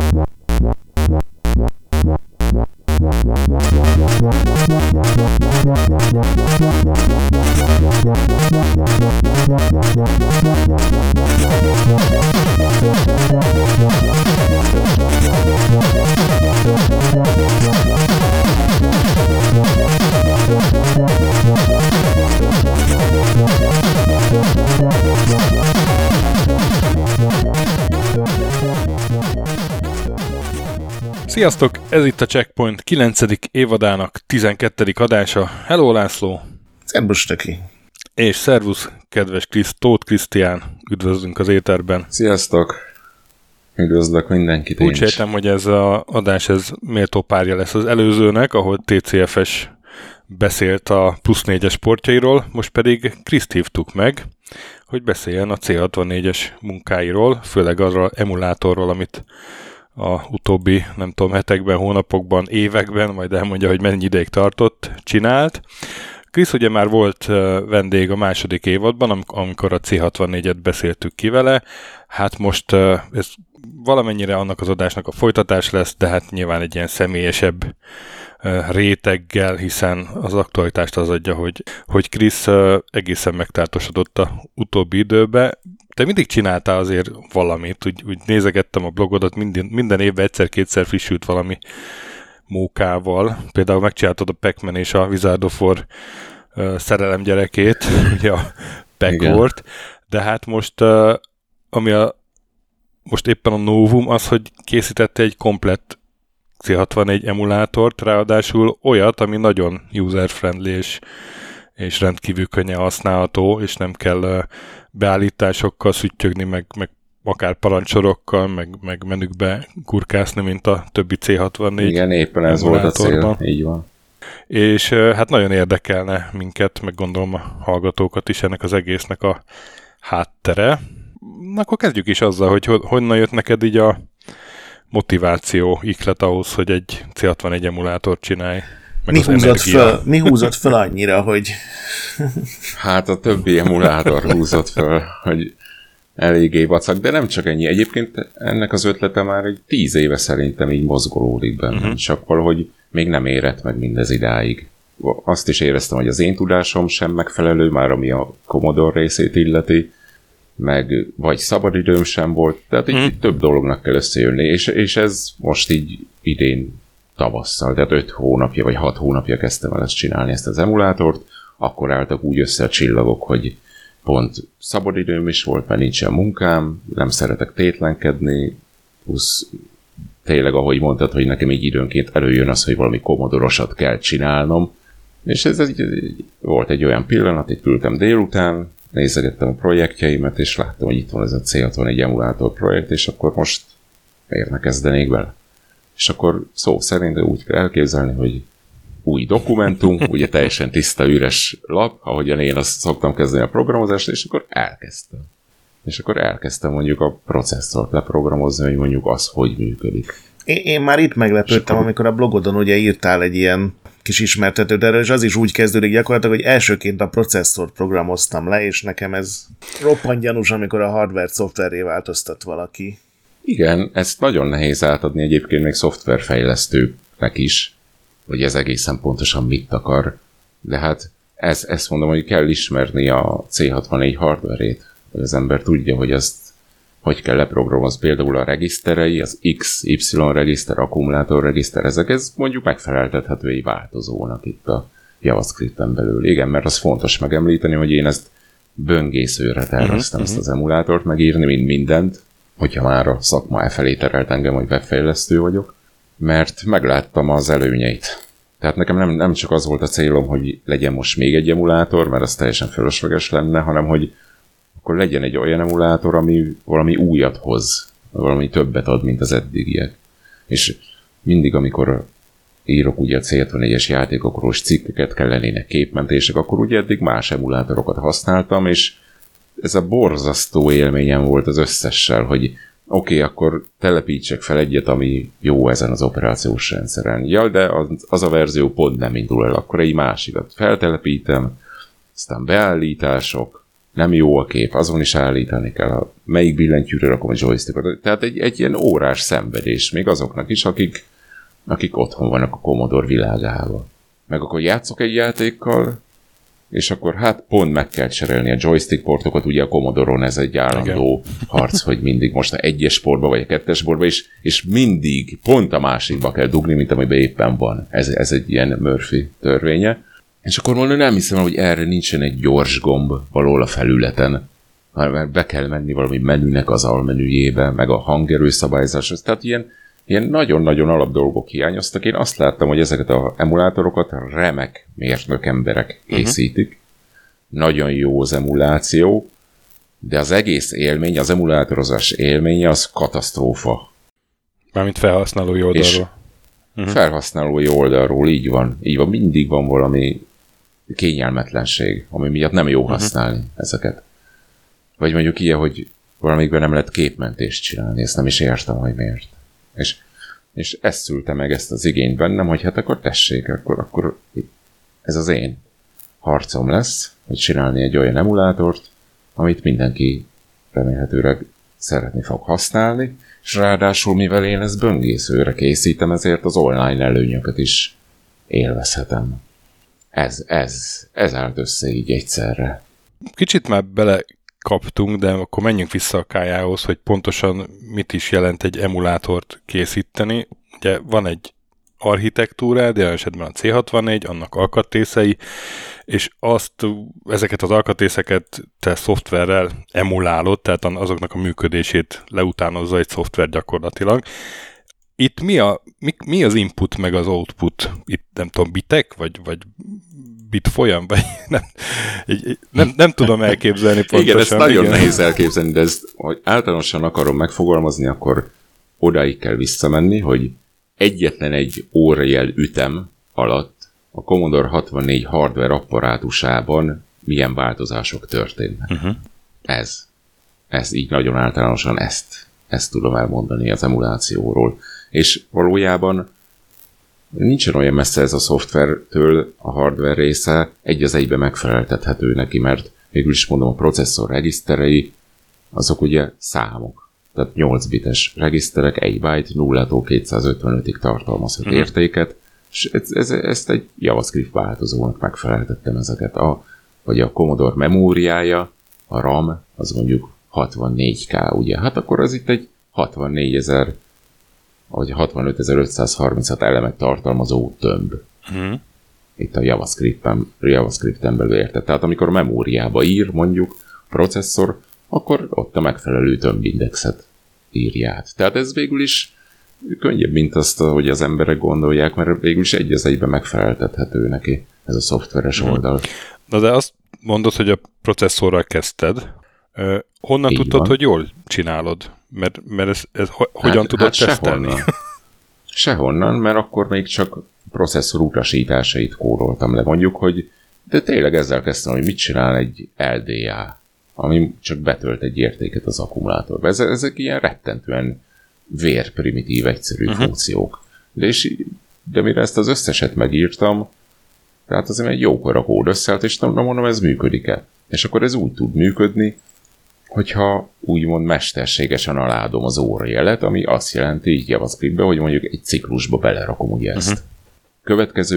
Sziasztok! Ez itt a Checkpoint 9. évadának 12. adása. Hello László! Szerbusz Töki! És szervusz, kedves Tóth Krisztián! Üdvözlünk az éterben! Sziasztok! Üdvözlök mindenkit én. Úgy sejtem, hogy ez az adás méltó párja lesz az előzőnek, ahol TCFS beszélt a plusz 4-es sportjairól, most pedig Kriszt hívtuk meg, hogy beszéljen a C64-es munkáiról, főleg arra emulátorról, amit a utóbbi, nem tudom, hetekben, hónapokban, években, majd elmondja, hogy mennyi ideig tartott, csinált. Krisz ugye már volt vendég a második évadban, amikor a C64-et beszéltük ki vele. Hát most ez valamennyire annak az adásnak a folytatás lesz, de hát nyilván egy ilyen személyesebb réteggel, hiszen az aktualitást az adja, hogy Krisz egészen megtártosodott a utóbbi időben. Te mindig csináltál azért valamit, úgy nézegettem a blogodat, minden évben egyszer-kétszer frissült valami mókával. Például megcsináltad a Pac-Man és a Wizard of War szerelem gyerekét, ugye a Pac-Wart, de hát most most éppen a novum az, hogy készítette egy komplett C64 emulátort, ráadásul olyat, ami nagyon user-friendly és rendkívül könnyen használható, és nem kell beállításokkal szüttyögni, meg akár parancsorokkal, meg menükbe kurkászni, mint a többi C64. Igen, éppen ez volt a cél, így van. És hát nagyon érdekelne minket, meg gondolom a hallgatókat is ennek az egésznek a háttere. Na, akkor kezdjük is azzal, hogy honnan jött neked így a motiváció, ihlet ahhoz, hogy egy C64 emulátort csinálj. Mi húzott föl annyira, hogy... Hát a többi emulátor húzott föl, hogy eléggé vacak, de nem csak ennyi. Egyébként ennek az ötlete már egy 10 éve szerintem így mozgolódik bennem, csak valahogy még nem érett meg mindez idáig. Azt is éreztem, hogy az én tudásom sem megfelelő, már ami a Commodore részét illeti, meg vagy szabadidőm sem volt, tehát így több dolognak kell összejönni, és ez most így idén tavasszal, tehát 5 hónapja vagy 6 hónapja kezdtem el ezt csinálni, ezt az emulátort, akkor álltak úgy össze a csillagok, hogy pont szabadidőm is volt, mert nincsen munkám, nem szeretek tétlenkedni, plusz tényleg, ahogy mondtad, hogy nekem így időnként előjön az, hogy valami Commodore-osat kell csinálnom, és ez volt egy olyan pillanat, itt ültem délután, nézegettem a projektjeimet, és láttam, hogy itt van ez a C64 emulátor projekt, és akkor most miért ne kezdenék vele? És akkor szó szerint úgy kell elképzelni, hogy új dokumentum, ugye teljesen tiszta, üres lap, ahogyan én azt szoktam kezdeni a programozást, és akkor elkezdtem. És akkor elkezdtem mondjuk a processzort leprogramozni, hogy mondjuk az, hogy működik. Én már itt meglepődtem, amikor a blogodon ugye írtál egy ilyen kis ismertetőt erről, és az is úgy kezdődik gyakorlatilag, hogy elsőként a processzort programoztam le, és nekem ez roppant gyanús, amikor a hardware-t szoftverré változtat valaki. Igen, ezt nagyon nehéz átadni egyébként még szoftverfejlesztőknek is, hogy ez egészen pontosan mit akar, de hát ezt mondom, hogy kell ismerni a C64 hardware-ét, hogy az ember tudja, hogy ezt hogy kell leprogramozni, például a regiszterei, az X, Y regiszter, akkumulátor regiszter, ez mondjuk megfeleltethető egy változónak itt a JavaScript-en belül. Igen, mert az fontos megemlíteni, hogy én ezt böngészőre terveztem ezt az emulátort megírni, mint mindent, hogyha már a szakma felé terelt engem, hogy webfejlesztő vagyok, mert megláttam az előnyeit. Tehát nekem nem csak az volt a célom, hogy legyen most még egy emulátor, mert az teljesen fölösleges lenne, hanem hogy akkor legyen egy olyan emulátor, ami valami újat hoz, valami többet ad, mint az eddigiek. És mindig, amikor írok ugye a C64-es játékokról cikkeket, kellenének képmentések, akkor ugye eddig más emulátorokat használtam, és ez a borzasztó élményem volt az összessel, hogy oké, akkor telepítsek fel egyet, ami jó ezen az operációs rendszeren. Ja, de az a verzió pont nem indul el, akkor egy másikat feltelepítem, aztán beállítások, nem jó a kép, azon is állítani kell, melyik billentyűre rakom a joystickot. Tehát egy ilyen órás szenvedés, még azoknak is, akik otthon vannak a Commodore világában. Meg akkor játszok egy játékkal, és akkor hát pont meg kell cserélni a joystick portokat, ugye a Commodore-on ez egy állandó harc, hogy mindig most a 1-es portba vagy a 2-es portba is, és mindig pont a másikba kell dugni, mint amiben éppen van. Ez egy ilyen Murphy törvénye. És akkor mondom, nem hiszem, hogy erre nincsen egy gyors gomb valahol a felületen, mert be kell menni valami menünek az almenüjébe, meg a hangerőszabályzáshoz. Tehát ilyen nagyon-nagyon alap dolgok hiányoztak. Én azt láttam, hogy ezeket az emulátorokat remek mérnök emberek készítik. Nagyon jó az emuláció, de az egész élmény, az emulátorozás élménye az katasztrófa. Mármint felhasználói oldalról. Felhasználói oldalról, így van. Mindig van valami kényelmetlenség, ami miatt nem jó használni ezeket. Vagy mondjuk ilyen, hogy valamikben nem lehet képmentést csinálni, ezt nem is értem, hogy miért. És ezt szülte meg ezt az igényt bennem, hogy hát akkor tessék, akkor ez az én harcom lesz, hogy csinálni egy olyan emulátort, amit mindenki remélhetőleg szeretni fog használni, és ráadásul, mivel én ezt böngészőre készítem, ezért az online előnyöket is élvezhetem. Ez állt össze így egyszerre. Kicsit már belekaptunk, de akkor menjünk vissza a kájához, hogy pontosan mit is jelent egy emulátort készíteni. Ugye van egy architektúrád, jelen esetben a C64, annak alkatrészei, és ezeket az alkatrészeket te szoftverrel emulálod, tehát azoknak a működését leutánozza egy szoftver gyakorlatilag. Itt mi az input meg az output? Itt nem tudom, bitek, vagy bit folyam, vagy nem tudom elképzelni pontosan. Igen, ezt nagyon nehéz elképzelni, de ezt, hogy általánosan akarom megfogalmazni, akkor odáig kell visszamenni, hogy egyetlen egy órajel ütem alatt a Commodore 64 hardware apparátusában milyen változások történnek. Ez így nagyon általánosan ezt tudom elmondani az emulációról. És valójában nincsen olyan messze ez a szoftvertől a hardware része, egy az egybe megfeleltethető neki, mert végül is mondom, a processzor regiszterei, azok ugye számok. Tehát 8 bites regiszterek, 1 byte 0-tól 255-ig tartalmazhat értéket, és ezt egy JavaScript változónak megfeleltettem ezeket. Vagy a Commodore memóriája, a RAM, az mondjuk 64K, ugye? Hát akkor az itt egy 64.000 vagy 65.536 elemet tartalmazó tömb. Itt a JavaScript-en belül érte. Tehát amikor a memóriába ír, mondjuk processzor, akkor ott a megfelelő tömbindexet írja át. Tehát ez végül is könnyebb, mint azt, hogy az emberek gondolják, mert végül is egy az egyben megfeleltethető neki ez a szoftveres oldal. Na de azt mondod, hogy a processzorral kezdted. Honnan tudtad, hogy jól csinálod? Mert ez hogyan tudod tesztelni? Sehonnan, mert akkor még csak processzor utasításait kóroltam le. Mondjuk, hogy de tényleg ezzel kezdtem, hogy mit csinál egy LDA, ami csak betölt egy értéket az akkumulátorba. Ezek ilyen rettentően vérprimitív, egyszerű funkciók. De mire ezt az összeset megírtam, tehát azért egy jókora kód összeállt, és nem mondom, ez működik-e. És akkor ez úgy tud működni, hogyha úgymond mesterségesen aláadom az órajelet, ami azt jelenti így JavaScriptbe, hogy mondjuk egy ciklusba belerakom ugye ezt. Következő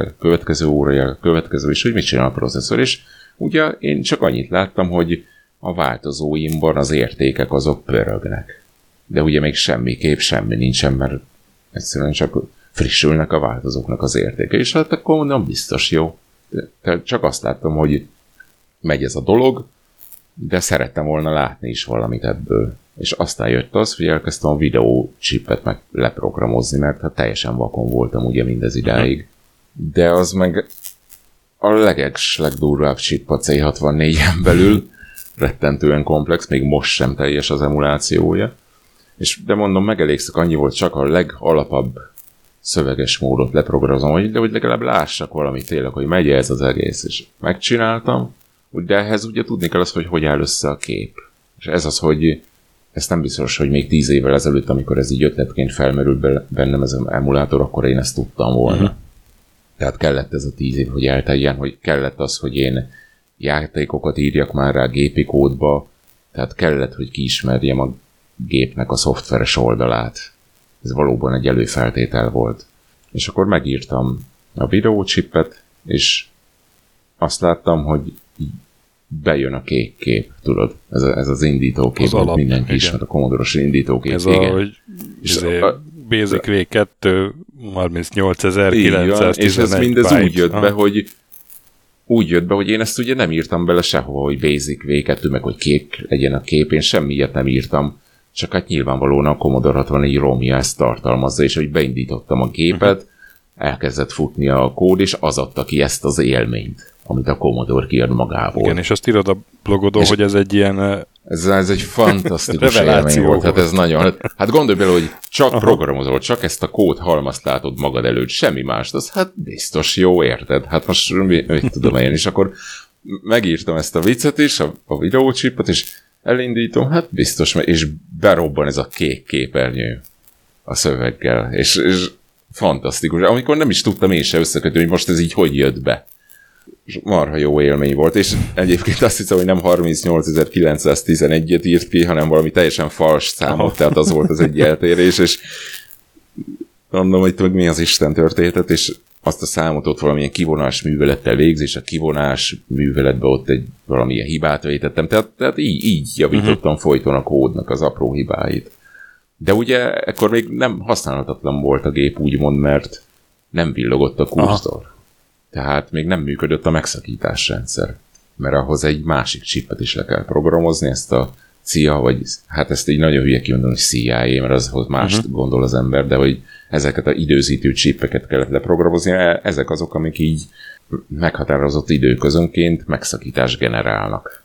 órajel, és hogy mit csinál a processzor. És ugye én csak annyit láttam, hogy a változóimban az értékek azok pörögnek. De ugye még semmiképp semmi nincsen, mert egyszerűen csak frissülnek a változóknak az értéke. És hát akkor nem biztos jó. Tehát csak azt láttam, hogy megy ez a dolog, de szerettem volna látni is valamit ebből. És aztán jött az, hogy elkezdtem a videó chipet meg leprogramozni, mert hát teljesen vakon voltam ugye mindez idáig. De az meg a legdurvább chip a C64-en belül, rettentően komplex, még most sem teljes az emulációja. De mondom, megelégszek, annyi volt, csak a legalapabb szöveges módot leprogramozom, de hogy legalább lássak valamit tényleg, hogy megy ez az egész, és megcsináltam, de ehhez ugye tudni kell azt, hogy áll össze a kép. És ez az, hogy ezt nem biztos, hogy még 10 évvel ezelőtt, amikor ez így ötletként felmerült bennem ez az emulátor, akkor én ezt tudtam volna. Tehát kellett ez a 10 év, hogy elteljen, hogy kellett az, hogy én játékokat írjak már rá gépi kódba, tehát kellett, hogy kiismerjem a gépnek a szoftveres oldalát. Ez valóban egy előfeltétel volt. És akkor megírtam a videócsipet, és azt láttam, hogy bejön a kék kép, tudod? Ez az indítókép, az alap, mindenki ismer, a Commodore-os indítókép. Ez ahogy Basic V2 38.911 és ez mindez úgy jött be, hogy én ezt ugye nem írtam bele sehova, hogy Basic V2, meg hogy kék legyen a kép, én semmiért nem írtam, csak hát nyilvánvalóan a Commodore 64 ROM-ja ezt tartalmazza, és hogy beindítottam a gépet, elkezdett futni a kód, és az adta ki ezt az élményt, amit a Commodore kiad magából. Igen, és azt írod a blogodon, hogy ez egy ilyen... Ez egy fantasztikus élmény volt. Hát ez nagyon... Hát gondolj bele, hogy csak programozol, csak ezt a kód halmazt látod magad előtt, semmi mást, az hát biztos jó, érted? Hát most mit tudom én, és akkor megírtam ezt a viccet is, a videócsipet, és elindítom, hát biztos, és berobban ez a kék képernyő a szöveggel, és fantasztikus. Amikor nem is tudtam én se összekötni, hogy most ez így hogy jött be. Marha jó élmény volt, és egyébként azt hiszem, hogy nem 38.911-et írt ki, hanem valami teljesen fals számot, tehát az volt az egy eltérés, és mondom, hogy mi az Isten történetet, és azt a számot ott valamilyen kivonás művelettel végzi, és a kivonás műveletben ott egy valamilyen hibát vétettem, tehát így javítottam folyton a kódnak az apró hibáit. De ugye ekkor még nem használhatatlan volt a gép, úgymond, mert nem villogott a kurzor. Tehát még nem működött a megszakításrendszer. Mert ahhoz egy másik chipet is le kell programozni, ezt a CIA, vagy hát ezt így nagyon hülye kimondani, hogy CIA, mert azhoz mást gondol az ember, de hogy ezeket az időzítő chipeket kellett leprogramozni, ezek azok, amik így meghatározott időközönként megszakítást generálnak.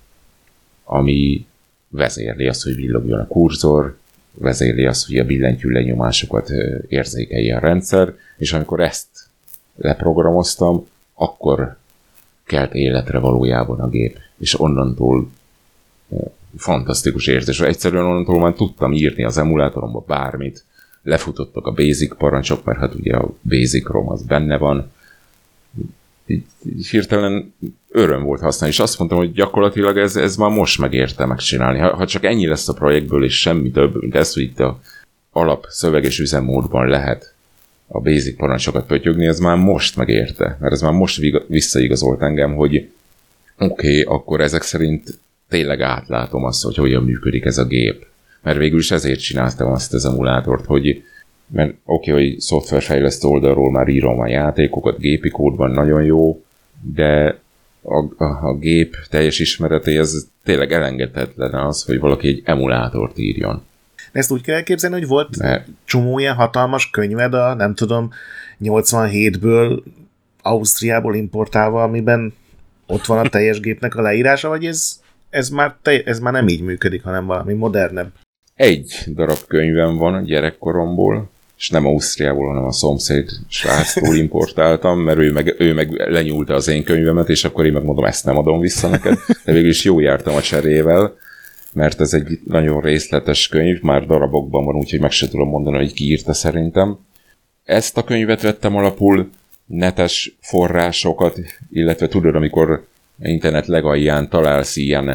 Ami vezérli azt, hogy villogjon a kurzor, vezérli azt, hogy a billentyű lenyomásokat érzékelje a rendszer, és amikor ezt leprogramoztam, akkor kelt életre valójában a gép. És onnantól fantasztikus érzés. Egyszerűen onnantól már tudtam írni az emulátoromba bármit, lefutottak a basic parancsok, mert hát ugye a basic ROM az benne van. Így hirtelen öröm volt használni, és azt mondtam, hogy gyakorlatilag ez már most megérte megcsinálni. Ha csak ennyi lesz a projektből, és semmi több, mint ez, hogy itt a alap szöveges üzemmódban lehet a basic parancsokat pötyögni, ez már most megérte, mert ez már most visszaigazolt engem, hogy oké, akkor ezek szerint tényleg átlátom azt, hogy hogyan működik ez a gép. Mert végül is ezért csináltam azt az emulátort, hogy mert oké, hogy szoftverfejlesztő oldalról már írom a játékokat, gépi kódban nagyon jó, de a gép teljes ismeretéhez tényleg elengedhetetlen az, hogy valaki egy emulátort írjon. Ezt úgy kell elképzelni, hogy volt csomó ilyen hatalmas könyved a, nem tudom, 87-ből Ausztriából importálva, amiben ott van a teljes gépnek a leírása, vagy ez már nem így működik, hanem valami modernebb? Egy darab könyvem van gyerekkoromból, és nem Ausztriából, hanem a szomszéd sráctól importáltam, mert ő meg lenyúlta az én könyvemet, és akkor én megmondom, ezt nem adom vissza neked, de végül is jó jártam a cserével, mert ez egy nagyon részletes könyv, már darabokban van, úgyhogy meg se tudom mondani, hogy ki írta szerintem. Ezt a könyvet vettem alapul, netes forrásokat, illetve tudod, amikor internet legalján találsz ilyen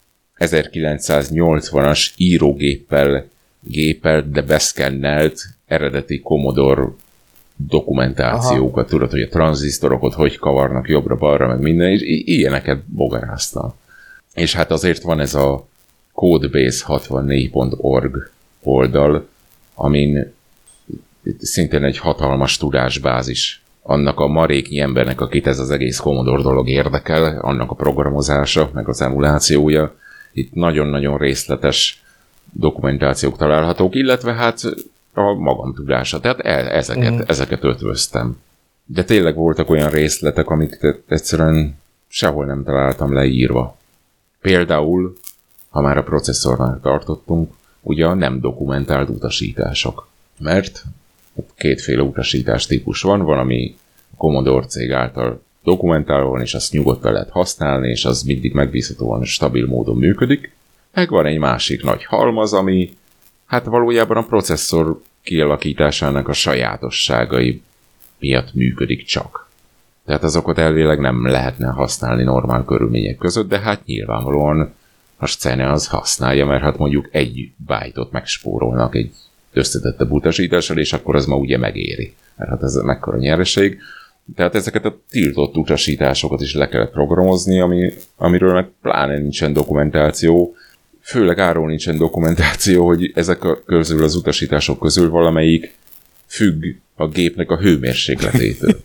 1980-as írógéppel de beszkennelt eredeti Commodore dokumentációkat, tudod, hogy a tranzisztorokat hogy kavarnak jobbra-balra, meg minden, és ilyeneket bogaráztam. És hát azért van ez a codebase64.org oldal, amin szintén egy hatalmas tudásbázis annak a maréknyi embernek, akit ez az egész Commodore dolog érdekel, annak a programozása, meg az emulációja. Itt nagyon-nagyon részletes dokumentációk találhatók, illetve hát a magam tudása. Tehát ezeket ötvöztem. De tényleg voltak olyan részletek, amiket egyszerűen sehol nem találtam leírva. Például, ha már a processzornál tartottunk, ugye a nem dokumentált utasítások. Mert kétféle utasítás típus van, ami a Commodore cég által dokumentálva van, és azt nyugodtan lehet használni, és az mindig megbízhatóan és stabil módon működik. Meg van egy másik nagy halmaz, ami hát valójában a processzor kialakításának a sajátosságai miatt működik csak. Tehát azokat elvileg nem lehetne használni normál körülmények között, de hát nyilvánvalóan a Scene az használja, mert hát mondjuk 1 byte-ot megspórolnak egy összetettebb utasítással, és akkor az ma ugye megéri. Mert hát ez mekkora nyereség. Tehát ezeket a tiltott utasításokat is le kellett programozni, amiről meg pláne nincsen dokumentáció. Főleg arról nincsen dokumentáció, hogy ezek közül az utasítások közül valamelyik függ a gépnek a hőmérsékletétől.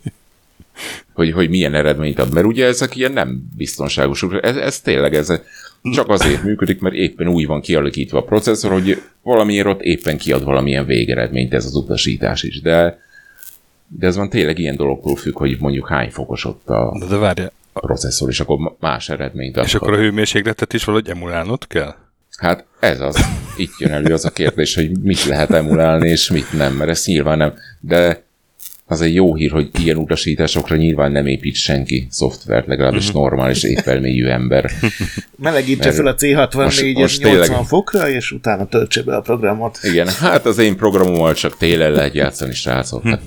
hogy milyen eredményt ad. Mert ugye ezek ilyen nem biztonságosak. Ez tényleg csak azért működik, mert éppen úgy van kialakítva a processzor, hogy valamiért ott éppen kiad valamilyen végeredményt ez az utasítás is. De ez van tényleg ilyen dologtól függ, hogy mondjuk hány fokos ott a processzor, és akkor más eredményt ad. És akkor a hőmérsékletet is valahogy emulálnod kell? Hát ez az. Itt jön elő az a kérdés, hogy mit lehet emulálni, és mit nem, mert ez nyilván nem. De az egy jó hír, hogy ilyen utasításokra nyilván nem épít senki szoftvert, legalábbis normális éppelmélyű ember. Melegítse fel a C64-et 80 fokra, és utána töltse be a programot. Igen, hát az én programommal csak télen lehet játszani, srácok. Hát,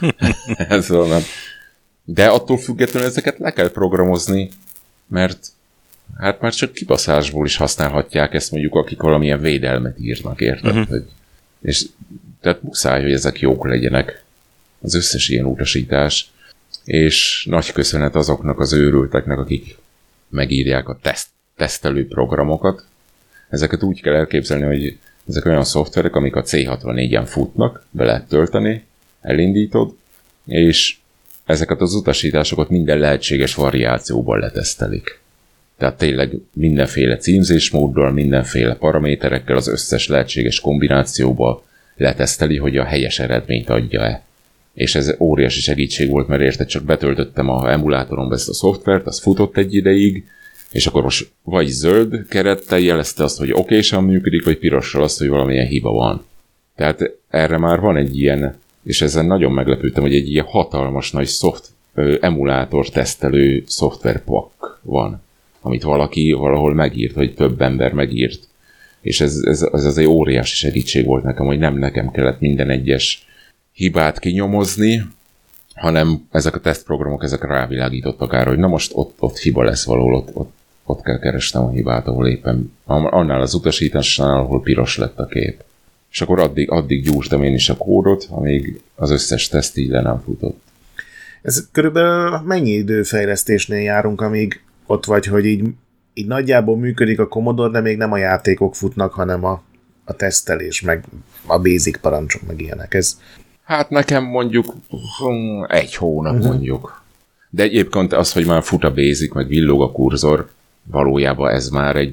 ez van. De attól függetlenül ezeket le kell programozni, mert hát már csak kibaszásból is használhatják ezt mondjuk, akik valamilyen védelmet írnak, érted? És tehát muszáj, hogy ezek jók legyenek. Az összes ilyen utasítás, és nagy köszönet azoknak az őrülteknek, akik megírják a tesztelő programokat. Ezeket úgy kell elképzelni, hogy ezek olyan szoftverek, amik a C64-en futnak, be lehet tölteni, elindítod, és ezeket az utasításokat minden lehetséges variációban letesztelik. Tehát tényleg mindenféle címzésmóddal, mindenféle paraméterekkel az összes lehetséges kombinációba leteszteli, hogy a helyes eredményt adja-e. És ez óriási segítség volt, mert érted, csak betöltöttem a emulátoromba ezt a szoftvert, az futott egy ideig, és akkor most vagy zöld kerettel jelezte azt, hogy okésan működik, vagy pirossal azt, hogy valamilyen hiba van. Tehát erre már van egy ilyen, és ezen nagyon meglepődtem, hogy egy ilyen hatalmas nagy emulátor tesztelő szoftverpak van, amit valaki valahol megírt, vagy több ember megírt. És ez az egy óriási segítség volt nekem, hogy nem nekem kellett minden egyes hibát kinyomozni, hanem ezek a tesztprogramok ezek rávilágítottak arra, hogy na most ott hiba lesz valahol, ott kell keresnem a hibát, ahol éppen annál az utasításnál, ahol piros lett a kép. És akkor addig gyúrtam én is a kódot, amíg az összes teszt így le nem futott. Ez körülbelül mennyi időfejlesztésnél járunk, amíg ott vagy, hogy így nagyjából működik a Commodore, de még nem a játékok futnak, hanem a tesztelés, meg a basic parancsok, meg ilyenek. Hát nekem mondjuk 1 hónap mondjuk. De egyébként az, hogy már fut a basic, meg villog a kurzor, valójában ez már egy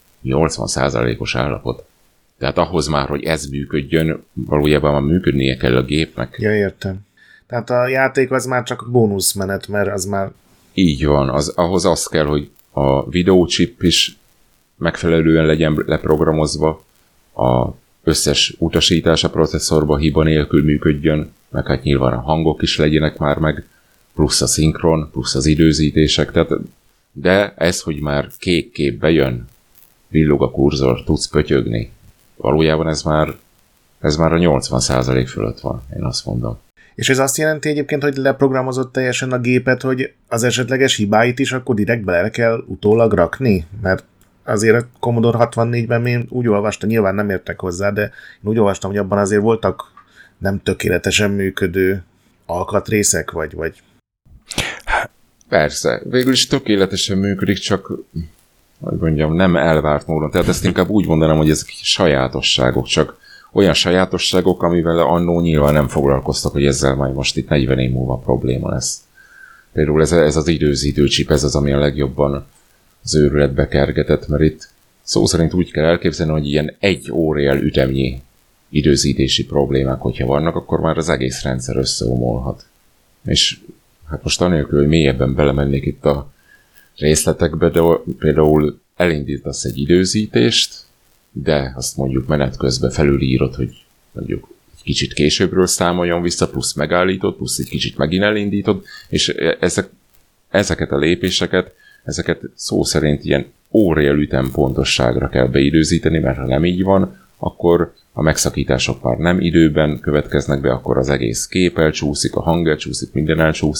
80%-os állapot. Tehát ahhoz már, hogy ez működjön, valójában már működnie kell a gépnek. Ja, értem. Tehát a játék az már csak bónuszmenet, mert az már... Így van, ahhoz az kell, hogy a videóchip is megfelelően legyen leprogramozva, a összes utasítás a processzorba hiba nélkül működjön, meg hát nyilván a hangok is legyenek már meg, plusz a szinkron, plusz az időzítések, tehát, de ez, hogy már kék képbe jön, villog a kurzor, tudsz pötyögni, valójában ez már a 80% fölött van, én azt mondom. És ez azt jelenti egyébként, hogy leprogramozott teljesen a gépet, hogy az esetleges hibáit is akkor direkt bele kell utólag rakni? Mert azért a Commodore 64-ben én úgy olvastam, nyilván nem értek hozzá, de én úgy olvastam, hogy abban azért voltak nem tökéletesen működő alkatrészek, vagy... Persze, végül is tökéletesen működik, csak hogy mondjam, nem elvárt módon. Tehát ezt inkább úgy mondanám, hogy ezek sajátosságok, csak olyan sajátosságok, amivel annó nyilván nem foglalkoztak, hogy ezzel majd most itt 40 év múlva probléma lesz. Például ez az időzítő chip, ez az, ami a legjobban az őrületbe kergetett, mert itt szó szerint úgy kell elképzelni, hogy ilyen 1 óriál ütemnyi időzítési problémák, hogyha vannak, akkor már az egész rendszer összeomolhat. És hát most anélkül, hogy mélyebben belemennék itt a részletekbe, de például elindítasz egy időzítést, de azt mondjuk menet közben felülírod, hogy mondjuk egy kicsit későbbről számoljon vissza, plusz megállítod, plusz egy kicsit megint elindítod, és ezeket a lépéseket, ezeket szó szerint ilyen óriál ütempontosságra kell beidőzíteni, mert ha nem így van, akkor a megszakítások már nem időben következnek be, akkor az egész kép elcsúszik, a hang elcsúszik, minden elcsúszik,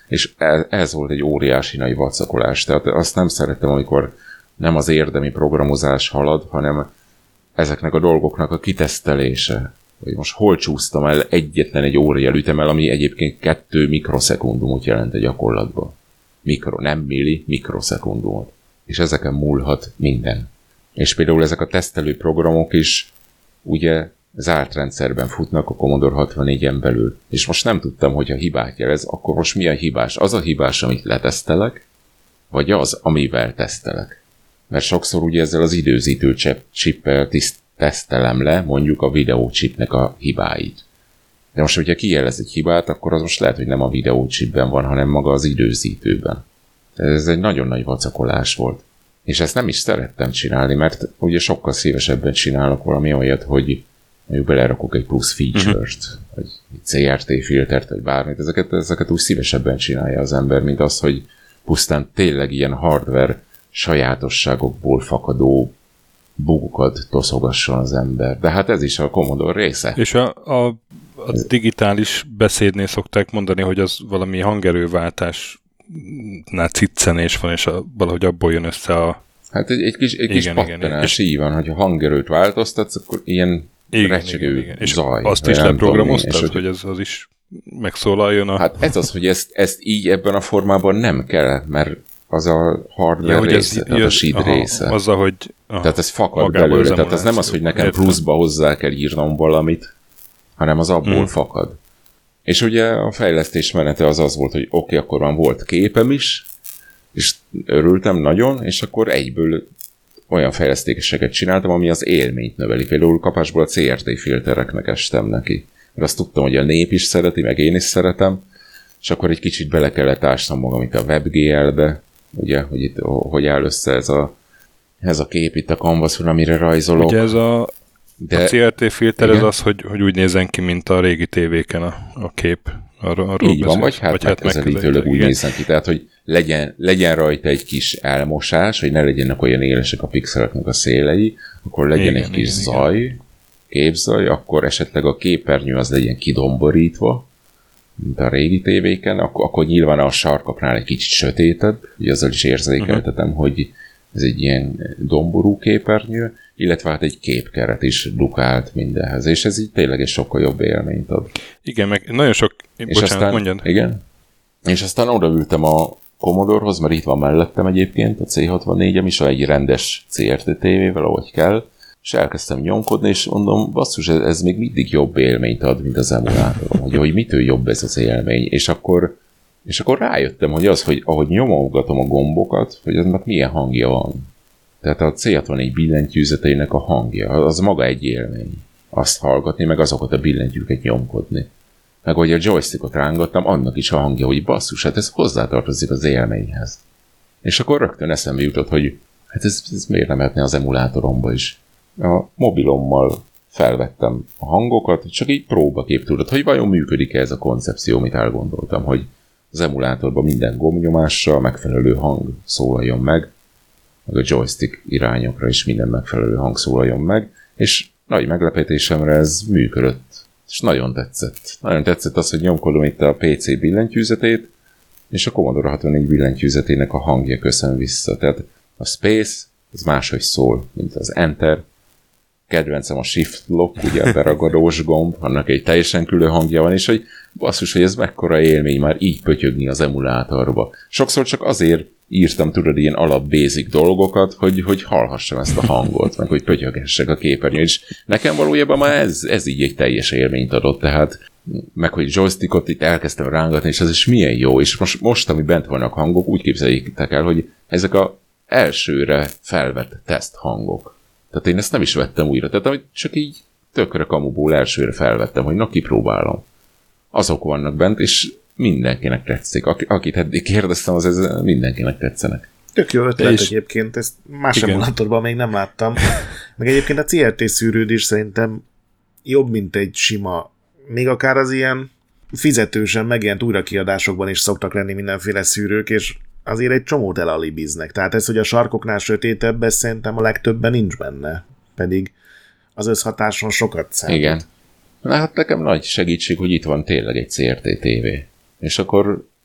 És ez volt egy óriási nagy vacakolás. Tehát azt nem szerettem, amikor nem az érdemi programozás halad, hanem ezeknek a dolgoknak a kitesztelése. Hogy most hol csúsztam el egyetlen egy óriel ütemmel, ami egyébként 2 mikroszekundumot jelent a gyakorlatban. Nem milli, mikroszekundumot. És ezeken múlhat minden. És például ezek a tesztelő programok is ugye zárt rendszerben futnak a Commodore 64-en belül. És most nem tudtam, hogyha hibát jelez, akkor most mi a hibás? Az a hibás, amit letesztelek, vagy az, amivel tesztelek? Mert sokszor ugye ezzel az időzítő csippel tesztelem le mondjuk a videócsipnek a hibáit. De most, hogyha kijelez egy hibát, akkor az most lehet, hogy nem a videócsipben van, hanem maga az időzítőben. Ez egy nagyon nagy vacakolás volt. És ezt nem is szerettem csinálni, mert ugye sokkal szívesebben csinálok valami olyat, hogy mondjuk belerakok egy plusz feature-t, vagy egy CRT filtert, vagy bármit. Ezeket úgy szívesebben csinálja az ember, mint az, hogy pusztán tényleg ilyen hardware sajátosságokból fakadó bugokat toszogasson az ember. De hát ez is a Commodore része. És a digitális beszédnél szokták mondani, hogy az valami hangerőváltásnál ciccenés van, és valahogy abból jön össze a... Hát egy kis pattanás, így van, hogyha hangerőt változtatsz, akkor ilyen recsegő zaj. És azt is leprogramoztad, hogy az is megszólaljon Hát ez az, hogy ezt így ebben a formában nem kell, mert az a hardware része, tehát a SID része. Azzal, hogy tehát ez fakad belőle, tehát az nem az, hogy nekem pluszba hozzá kell írnom valamit, hanem az abból fakad. És ugye a fejlesztés menete az volt, hogy oké, akkor már volt képem is, és örültem nagyon, és akkor egyből olyan fejlesztéseket csináltam, ami az élményt növeli. Például kapásból a CRT filtereknek estem neki. Mert azt tudtam, hogy a nép is szereti, meg én is szeretem, és akkor egy kicsit bele kellett ásnom magam itt a WebGL-be, ugye, hogy itt hogy áll össze ez a kép itt a canvason, amire rajzolok. Ugye ez a CRT filter, ez az, hogy úgy nézzen ki, mint a régi tévéken a kép. Arról így van, vagy hát megközelítőleg úgy nézzen ki. Tehát, hogy legyen rajta egy kis elmosás, hogy ne legyenek olyan élesek a pixeleknek a szélei, akkor legyen egy kis zaj, képzaj, akkor esetleg a képernyő az legyen kidomborítva, mint a régi tévéken, akkor nyilván a sarkaknál egy kicsit sötétebb, ugye azzal is érzékeltetem, hogy ez egy ilyen domború képernyő, illetve hát egy képkeret is dukált mindenhez, és ez így tényleg egy sokkal jobb élményt ad. Igen, meg nagyon sok... Bocsánat, mondjad. Igen. És aztán odaültem a Commodorehoz, mert itt van mellettem egyébként a C64-em is, egy rendes CRT tévével, ahogy kell, és elkezdtem nyomkodni, és mondom, basszus, ez még mindig jobb élményt ad, mint az emulátor, hogy mitől jobb ez az élmény, és akkor rájöttem, hogy az, hogy ahogy nyomogatom a gombokat, hogy aznak milyen hangja van. Tehát a C64 billentyűzeteinek a hangja, az maga egy élmény. Azt hallgatni, meg azokat a billentyűket nyomkodni. Meg hogy a joystickot rángattam, annak is a hangja, hogy basszus, hát ez hozzátartozik az élményhez. És akkor rögtön eszembe jutott, hogy hát ez miért nem lehetne az emulátoromba is. A mobilommal felvettem a hangokat, csak így próbakép tudod, hogy vajon működik-e ez a koncepció, amit elgondoltam, hogy az emulátorban minden gombnyomással megfelelő hang szólaljon meg a joystick irányokra is minden megfelelő hang szólaljon meg, és nagy meglepetésemre ez működött. És nagyon tetszett. Nagyon tetszett az, hogy nyomkodom itt a PC billentyűzetét, és a Commodore 64 billentyűzetének a hangja köszön vissza. Tehát a Space, az máshogy szól, mint az Enter. Kedvencem a Shift Lock, ugye a beragadós gomb, annak egy teljesen külön hangja van, és hogy basszus, hogy ez mekkora élmény már így pötyögni az emulátorba. Sokszor csak azért írtam, tudod, ilyen alap basic dolgokat, hogy hallhassam ezt a hangot, meg hogy pötyögessek a képernyőn, és nekem valójában már ez így egy teljes élményt adott, tehát meg hogy joystickot itt elkezdtem rángatni, és ez is milyen jó, és most ami bent vannak hangok, úgy képzeljétek el, hogy ezek a elsőre felvett teszt hangok. Tehát én ezt nem is vettem újra, tehát amit csak így tökre kamuból elsőre felvettem, hogy na kipróbálom. Azok vannak bent, és mindenkinek tetszik. Akit eddig kérdeztem, az mindenkinek tetszenek. Tök jó ötlet egyébként, ezt más emulátorban még nem láttam. Meg egyébként a CRT szűrőd is szerintem jobb, mint egy sima, még akár az ilyen fizetősen megjelent újrakiadásokban is szoktak lenni mindenféle szűrők, és azért egy csomót elalibiznek. Tehát ez, hogy a sarkoknál sötétebb, ez szerintem a legtöbben nincs benne. Pedig az összhatáson sokat számít. Igen. Na hát nekem nagy segítség, hogy itt van tényleg egy CRT TV. És akkor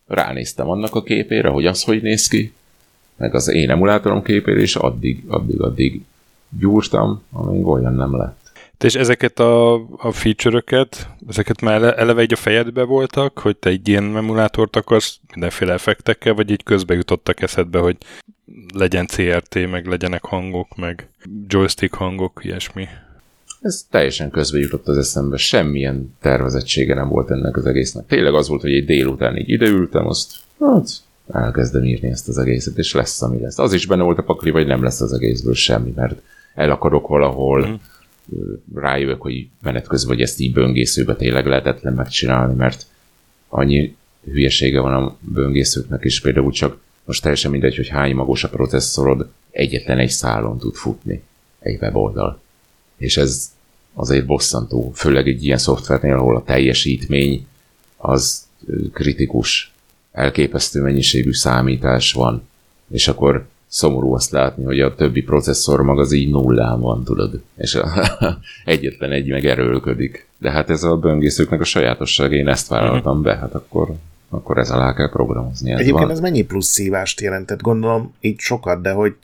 ránéztem annak a képére, hogy az hogy néz ki, meg az én emulátorom képére, és addig gyúrtam, amíg olyan nem lett. És ezeket a feature-öket, ezeket már eleve így a fejedbe voltak, hogy te egy ilyen emulátort akarsz mindenféle effektekkel, vagy így közbe jutottak eszedbe, hogy legyen CRT, meg legyenek hangok, meg joystick hangok, ilyesmi. Ez teljesen közbe jutott az eszembe, semmilyen tervezettsége nem volt ennek az egésznek. Tényleg az volt, hogy egy délután így ideültem, azt elkezdem írni ezt az egészet, és lesz, ami lesz. Az is benne volt a pakli, vagy nem lesz az egészből semmi, mert el akarok valahol, rájövök, hogy menet közben, hogy ezt így böngészőbe tényleg lehetetlen megcsinálni, mert annyi hülyesége van a böngészőknek is, például csak most teljesen mindegy, hogy hány magos a processzorod, egyetlen egy szálon tud futni egy weboldal. És ez azért bosszantó, főleg egy ilyen szoftvernél, ahol a teljesítmény az kritikus, elképesztő mennyiségű számítás van, és akkor szomorú azt látni, hogy a többi processzor maga az így nullán van, tudod, és egyetlen egy meg erőlködik. De hát ez a böngészőknek a sajátosság, én ezt vállaltam be, hát akkor ez alá kell programozni. Egyébként ez mennyi plusz szívást jelentett? Gondolom így sokat, de hogy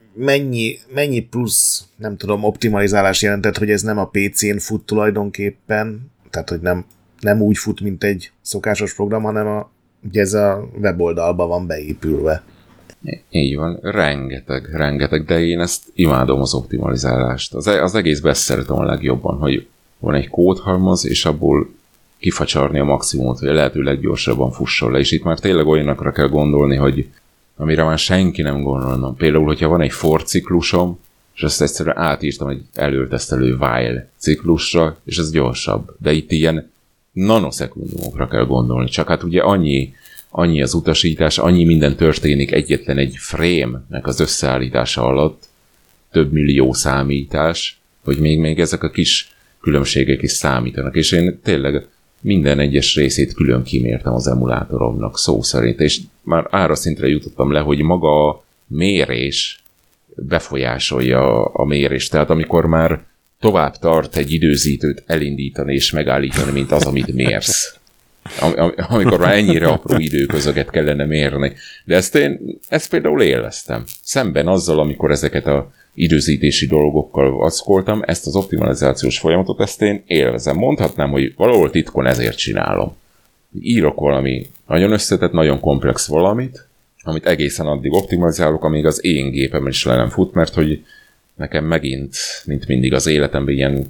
mennyi plusz, nem tudom, optimalizálás jelentett, hogy ez nem a PC-n fut tulajdonképpen, tehát hogy nem úgy fut, mint egy szokásos program, hanem ugye ez a weboldalba van beépülve. Így van, rengeteg, de én ezt imádom az optimalizálást. Az egészben ezt szeretem a legjobban, hogy van egy kódhalmaz, és abból kifacsarni a maximumot, hogy a lehető leggyorsabban fusson le, és itt már tényleg olyanakra kell gondolni, hogy amire már senki nem gondolna. Például, hogyha van egy for ciklusom, és ezt egyszerűen átírtam egy előtesztelő while ciklusra, és ez gyorsabb. De itt ilyen nanoszekundumokra kell gondolni. Csak hát ugye annyi az utasítás, annyi minden történik egyetlen egy frame-nek az összeállítása alatt, több millió számítás, hogy még ezek a kis különbségek is számítanak. És én tényleg minden egyes részét külön kimértem az emulátoromnak szó szerint, és már arra szintre jutottam le, hogy maga a mérés befolyásolja a mérést. Tehát amikor már tovább tart egy időzítőt elindítani és megállítani, mint az, amit mérsz. Amikor már ennyire apró időközöket kellene mérni. De ezt például élveztem. Szemben azzal, amikor ezeket a időzítési dolgokkal vackoltam, ezt az optimalizációs folyamatot, ezt én élvezem. Mondhatnám, hogy valahol titkon ezért csinálom. Írok valami nagyon összetett, nagyon komplex valamit, amit egészen addig optimalizálok, amíg az én gépemen is le nem fut, mert hogy nekem megint, mint mindig az életemben ilyen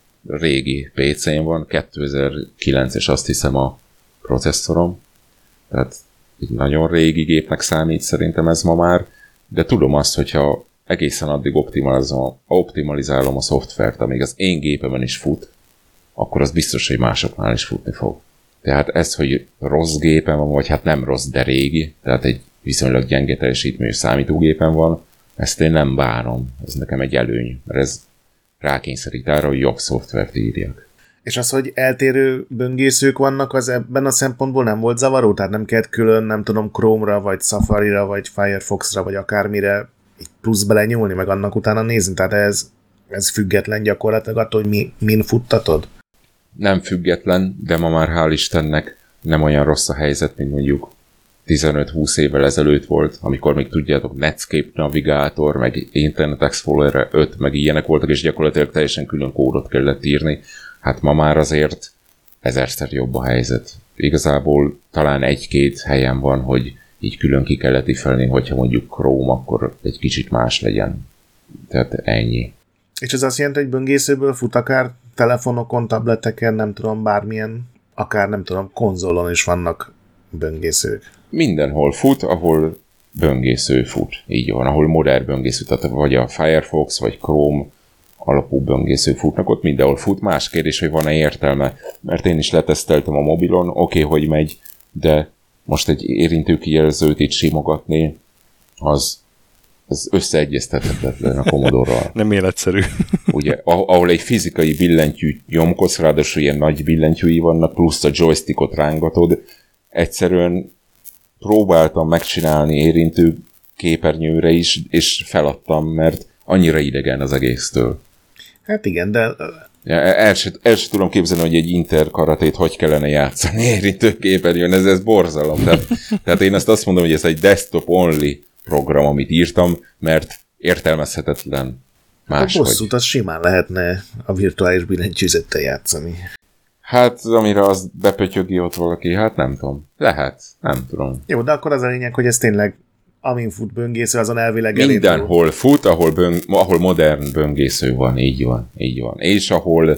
régi PC-n van, 2009-es azt hiszem a processzorom, tehát egy nagyon régi gépnek számít szerintem ez ma már, de tudom azt, hogyha egészen addig optimalizálom a szoftvert, amíg az én gépemen is fut, akkor az biztos, hogy másoknál is futni fog. Tehát ez, hogy rossz gépen van, vagy hát nem rossz, de régi, tehát egy viszonylag gyenge teljesítményű számítógépen van, ezt én nem bánom. Ez nekem egy előny, mert ez rákényszerít arra, hogy jobb szoftvert írjak. És az, hogy eltérő böngészők vannak, az ebben a szempontból nem volt zavaró? Tehát nem kellett külön, nem tudom, Chrome-ra, vagy Safari-ra, vagy Firefox-ra, vagy akármire plusz belenyúlni, meg annak utána nézni? Tehát ez független gyakorlatilag attól, hogy min futtatod? Nem független, de ma már hál' Istennek nem olyan rossz a helyzet, mint mondjuk 15-20 évvel ezelőtt volt, amikor még tudjátok, Netscape navigátor, meg Internet Explorer 5, meg ilyenek voltak, és gyakorlatilag teljesen külön kódot kellett írni. Hát ma már azért ezerszer jobb a helyzet. Igazából talán egy-két helyen van, hogy így külön ki kellett ifelni, hogyha mondjuk Chrome, akkor egy kicsit más legyen. Tehát ennyi. És ez azt jelenti, hogy böngészőből fut akár telefonokon, tableteken, nem tudom, bármilyen, akár nem tudom, konzolon is vannak böngészők. Mindenhol fut, ahol böngésző fut. Így van, ahol modern böngésző, tehát vagy a Firefox, vagy Chrome alapú böngésző futnak, ott mindenhol fut. Más kérdés, hogy van-e értelme, mert én is leteszteltem a mobilon, oké, hogy megy, de most egy érintőkijelzőt itt simogatni, az összeegyeztethetetlen a Commodore-ral. Nem életszerű. Ugye, ahol egy fizikai billentyűt nyomkodsz, ráadásul ilyen nagy billentyűi vannak, plusz a joystickot rángatod, egyszerűen próbáltam megcsinálni érintő képernyőre is, és feladtam, mert annyira idegen az egésztől. Hát igen, de El sem tudom képzelni, hogy egy interkaratét hogy kellene játszani érintőképernyőn, ez borzalom. Tehát én azt mondom, hogy ez egy desktop-only program, amit írtam, mert értelmezhetetlen máshogy. A bosszút az simán lehetne a virtuális billentyűzettel játszani. Hát, amire az bepötyögi ott valaki, hát nem tudom. Lehet, nem tudom. Jó, de akkor az a lényeg, hogy ez tényleg amin fut böngésző, azon elvileg mindenhol fut, ahol modern böngésző van, így van. És ahol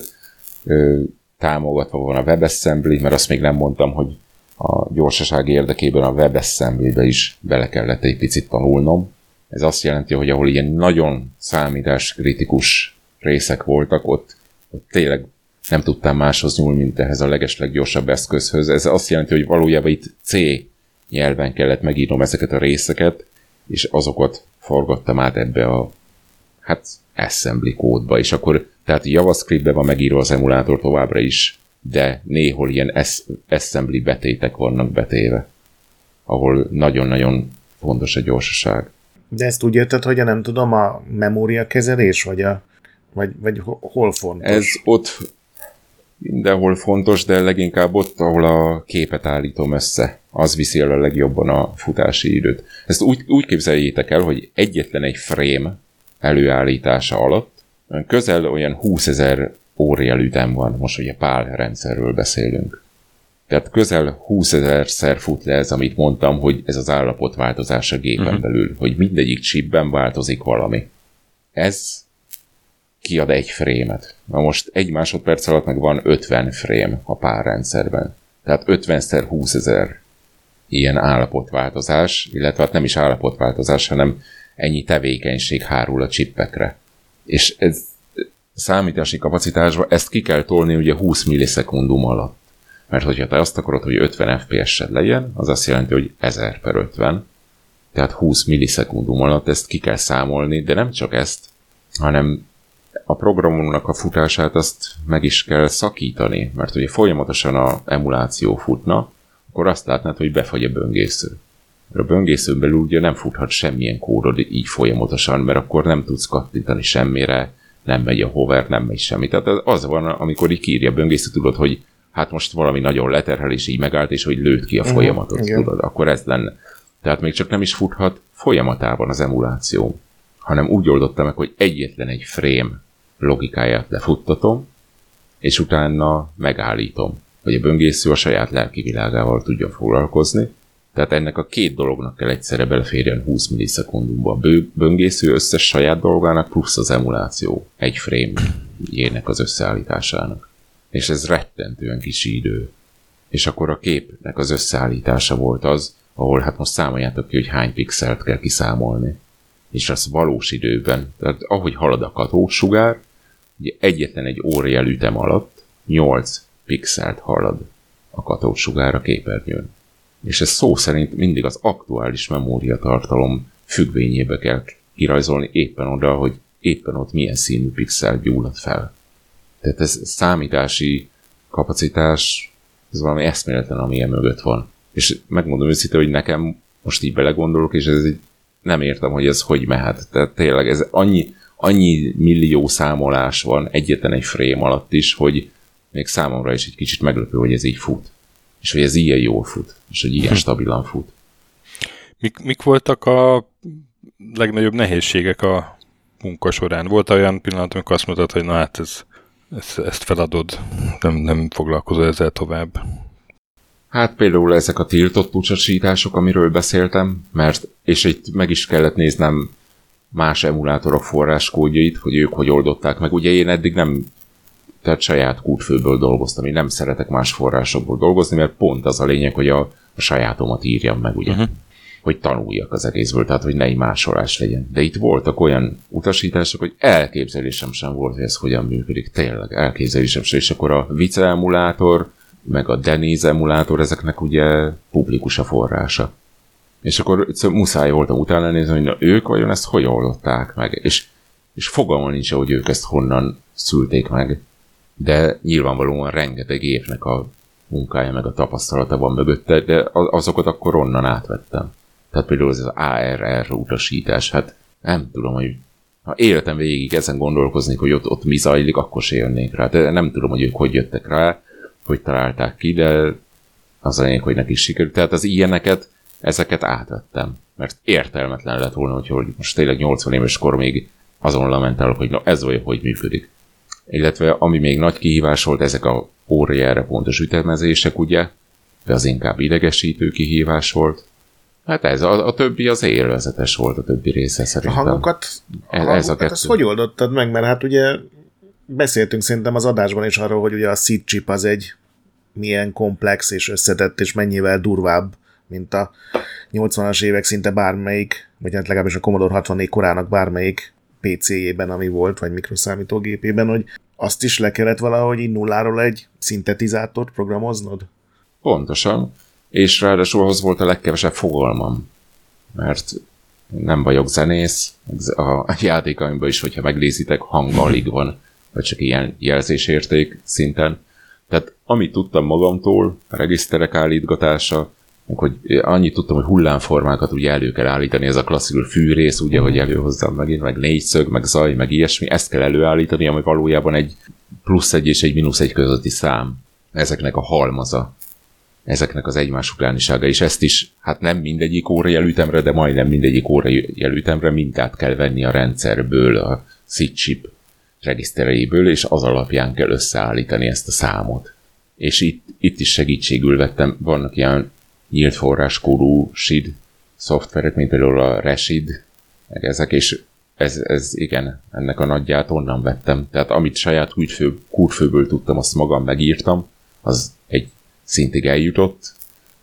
támogatva van a WebAssembly, mert azt még nem mondtam, hogy a gyorsaság érdekében a WebAssembly-be is bele kellett egy picit tanulnom. Ez azt jelenti, hogy ahol ilyen nagyon számításkritikus részek voltak, ott tényleg nem tudtam máshoz nyúlni, mint ehhez a legesleggyorsabb eszközhöz. Ez azt jelenti, hogy valójában itt C nyelven kellett megírnom ezeket a részeket, és azokat forgattam át ebbe a assembly kódba, és akkor tehát JavaScriptbe van megírva az emulátor továbbra is, de néhol ilyen assembly betétek vannak betéve, ahol nagyon-nagyon fontos a gyorsaság. De ezt úgy érted, hogy nem tudom, a memóriakezelés, vagy hol fontos? Ez ott mindenhol fontos, de leginkább ott, ahol a képet állítom össze. Az viszi el a legjobban a futási időt. Ezt úgy képzeljétek el, hogy egyetlen egy frame előállítása alatt közel olyan 20 000 órielütem van, most ugye PAL rendszerről beszélünk. Tehát közel 20 000-szer fut le ez, amit mondtam, hogy ez az állapotváltozás a gépen belül, hogy mindegyik chipben változik valami. Ez kiad egy frame-et. Na most egy másodperc alatt meg van 50 frame a PAL rendszerben. Tehát 50x20 000 ilyen állapotváltozás, illetve hát nem is állapotváltozás, hanem ennyi tevékenység hárul a csippekre. És ez számítási kapacitásban ezt ki kell tolni ugye 20 millisekundum alatt. Mert hogyha te azt akarod, hogy 50 FPS-ed legyen, az azt jelenti, hogy 1000/50. Tehát 20 millisekundum alatt ezt ki kell számolni, de nem csak ezt, hanem a programunknak a futását azt meg is kell szakítani, mert ugye folyamatosan a emuláció futna, akkor azt látnád, hogy befagy a böngésző. A böngészőn belül ugye nem futhat semmilyen kódod így folyamatosan, mert akkor nem tudsz kattintani semmire, nem megy a hover, nem megy semmi. Tehát az van, amikor így kiírja a böngésző, tudod, hogy hát most valami nagyon leterhel, és így megállt, és hogy lőtt ki a folyamatot, tudod, akkor ez lenne. Tehát még csak nem is futhat folyamatában az emuláció, hanem úgy oldottam meg, hogy egyetlen egy frame logikáját lefuttatom, és utána megállítom, hogy a böngésző a saját lelki világával tudjon foglalkozni. Tehát ennek a két dolognak kell egyszerre beleférjen 20 millisekundumba. A böngésző összes saját dolgának plusz az emuláció egy frame-jének az összeállításának. És ez rettentően kis idő. És akkor a képnek az összeállítása volt az, ahol hát most számoljátok ki, hogy hány pixelt kell kiszámolni. És az valós időben, tehát ahogy halad a katósugár, ugye egyetlen egy órielütem alatt 8 pixelt halad a katósugár a képernyőn. És ez szó szerint mindig az aktuális memóriatartalom függvényébe kell kirajzolni éppen oda, hogy éppen ott milyen színű pixel gyullad fel. Tehát ez számítási kapacitás, ez valami eszméletlen, ami mögött van. És megmondom őszintén, hogy nekem most így belegondolok, és ez így nem értem, hogy ez hogy mehet. Tehát tényleg ez annyi millió számolás van egyetlen egy frame alatt is, hogy még számomra is egy kicsit meglepő, hogy ez így fut. És hogy ez ilyen jól fut. És hogy ilyen stabilan fut. Mik voltak a legnagyobb nehézségek a munka során? Volt olyan pillanat, amikor azt mondtad, hogy na hát ezt feladod, nem foglalkozol ezzel tovább? Hát például ezek a tiltott utasítások, amiről beszéltem, és itt meg is kellett néznem más emulátorok forráskódjait, hogy ők hogy oldották meg. Ugye én eddig tehát saját kódfőből dolgoztam, én nem szeretek más forrásokból dolgozni, mert pont az a lényeg, hogy a sajátomat írjam meg, ugye. Hogy tanuljak az egészből, tehát hogy ne egy másolás legyen. De itt voltak olyan utasítások, hogy elképzelésem sem volt, hogy ez hogyan működik. Tényleg, elképzelésem sem. És akkor a Vice emulátor, meg a Deniz emulátor, ezeknek ugye publikus a forrása. És akkor muszáj voltam utána nézni, hogy na, ők vajon ezt hogy oldották meg. És fogalmam nincs, hogy ők ezt honnan szülték meg. De nyilvánvalóan rengeteg évnek a munkája, meg a tapasztalata van mögötte, de azokat akkor onnan átvettem. Tehát például ez az ARR utasítás, hát nem tudom, hogy ha életem végig ezen gondolkoznék, hogy ott mi zajlik, akkor se jönnék rá. De nem tudom, hogy ők hogy jöttek rá, hogy találták ki, de az a lényeg, hogy neki sikerült. Tehát az ilyeneket, ezeket átvettem. Mert értelmetlen lett volna, hogy most tényleg 80 éves kor még azon lamentálok, hogy na ez vagy, hogy működik. Illetve ami még nagy kihívás volt, ezek a óriára pontos ütemezések, ugye, de az inkább idegesítő kihívás volt. Hát ez, a többi az élvezetes volt, a többi része szerintem. A hangokat, ezt hogy oldottad meg? Mert hát ugye beszéltünk szerintem az adásban is arról, hogy ugye a SID chip az egy milyen komplex és összetett, és mennyivel durvább, mint a 80-as évek szinte bármelyik, vagy hát legalábbis a Commodore 64 korának bármelyik PC-jében, ami volt, vagy mikroszámítógépében, hogy azt is le kellett valahogy így nulláról egy szintetizátort programoznod? Pontosan, és ráadásul ahhoz volt a legkevesebb fogalmam, mert nem vagyok zenész, a játékaimban is, hogyha megnézitek, hangban alig van, vagy csak ilyen jelzésérték szinten. Tehát amit tudtam magamtól, a regiszterek állítgatása, hogy annyit tudtam, hogy hullámformákat ugye elő kell állítani, ez a klasszikus fűrész, ugye, hogy előhozzam megint, meg négyszög, meg zaj, meg ilyesmi, ezt kell előállítani, ami valójában egy +1 és egy -1 közötti szám. Ezeknek a halmaza, ezeknek az egymás utánisága, és ezt is, hát nem mindegyik órajelütemre, de majdnem mindegyik órajelütemre mintát kell venni a rendszerből, a SID chip regisztereiből, és az alapján kell összeállítani ezt a számot. És itt is segítségül vettem, vannak ilyen nyílt forráskódú SID szoftverek, mint például a Reshid, meg ezek, és ez igen, ennek a nagyját onnan vettem. Tehát amit saját kurfőből tudtam, azt magam megírtam, az egy szintig eljutott,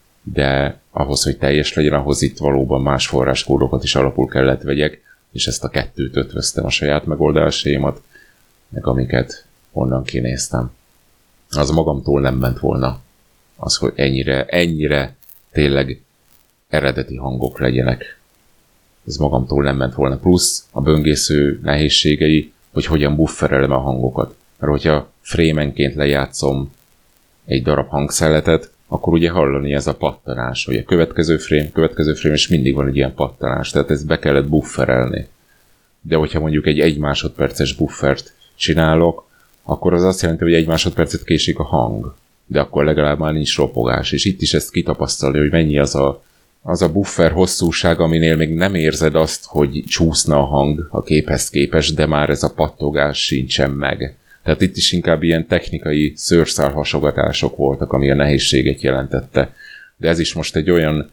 de ahhoz, hogy teljes legyen, ahhoz itt valóban más forráskódokat is alapul kellett vegyek, és ezt a kettőt ötvöztem a saját megoldásaimat, meg amiket onnan kinéztem. Az magamtól nem ment volna. Az, hogy ennyire tényleg eredeti hangok legyenek. Ez magamtól nem ment volna. Plusz a böngésző nehézségei, hogy hogyan bufferelem a hangokat. Mert hogyha frémenként lejátszom egy darab hangszeletet, akkor ugye hallani ez a pattanás, hogy a következő frame, és mindig van egy ilyen pattanás, tehát ezt be kellett bufferelni. De hogyha mondjuk egy 1 másodperces buffert csinálok, akkor az azt jelenti, hogy 1 másodpercet késik a hang. De akkor legalább már nincs ropogás, és itt is ezt kitapasztalni, hogy mennyi az a buffer hosszúság, aminél még nem érzed azt, hogy csúszna a hang a képhez képest, de már ez a pattogás sincsen meg. Tehát itt is inkább ilyen technikai szőrszálhasogatások voltak, ami a nehézséget jelentette. De ez is most egy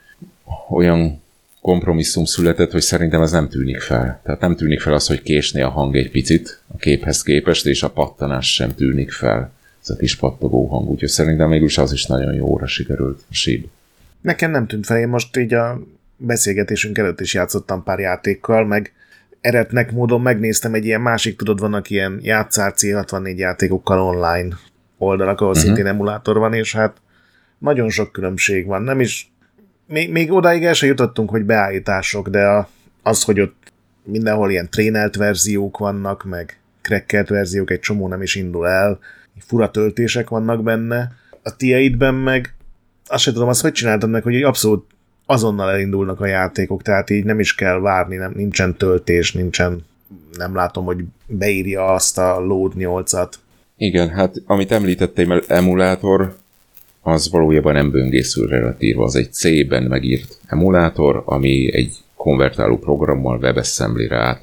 olyan kompromisszum született, hogy szerintem ez nem tűnik fel. Tehát nem tűnik fel az, hogy késné a hang egy picit a képhez képest, és a pattanás sem tűnik fel. Ez a kis pattogó hang, úgyhogy szerintem mégis az is nagyon jóra sikerült a SID. Nekem nem tűnt fel, én most így a beszélgetésünk előtt is játszottam pár játékkal, meg eretnek módon megnéztem egy ilyen másik, tudod, vannak ilyen játszár C64 játékokkal online oldalak, ahol szintén emulátor van, és hát nagyon sok különbség van. Nem is, még odáig el sem jutottunk, hogy beállítások, de az, hogy ott mindenhol ilyen trénelt verziók vannak, meg crackelt verziók, egy csomó nem is indul el, fura töltések vannak benne. A TI-ben meg azt sem tudom, azt hogy csináltad meg, hogy abszolút azonnal elindulnak a játékok, tehát így nem is kell várni, nincsen töltés, nem látom, hogy beírja azt a Load 8-at. Igen, hát amit említettem, emulátor, az valójában nem böngészőre lett írva, az egy C-ben megírt emulátor, ami egy konvertáló programmal WebAssembly-re át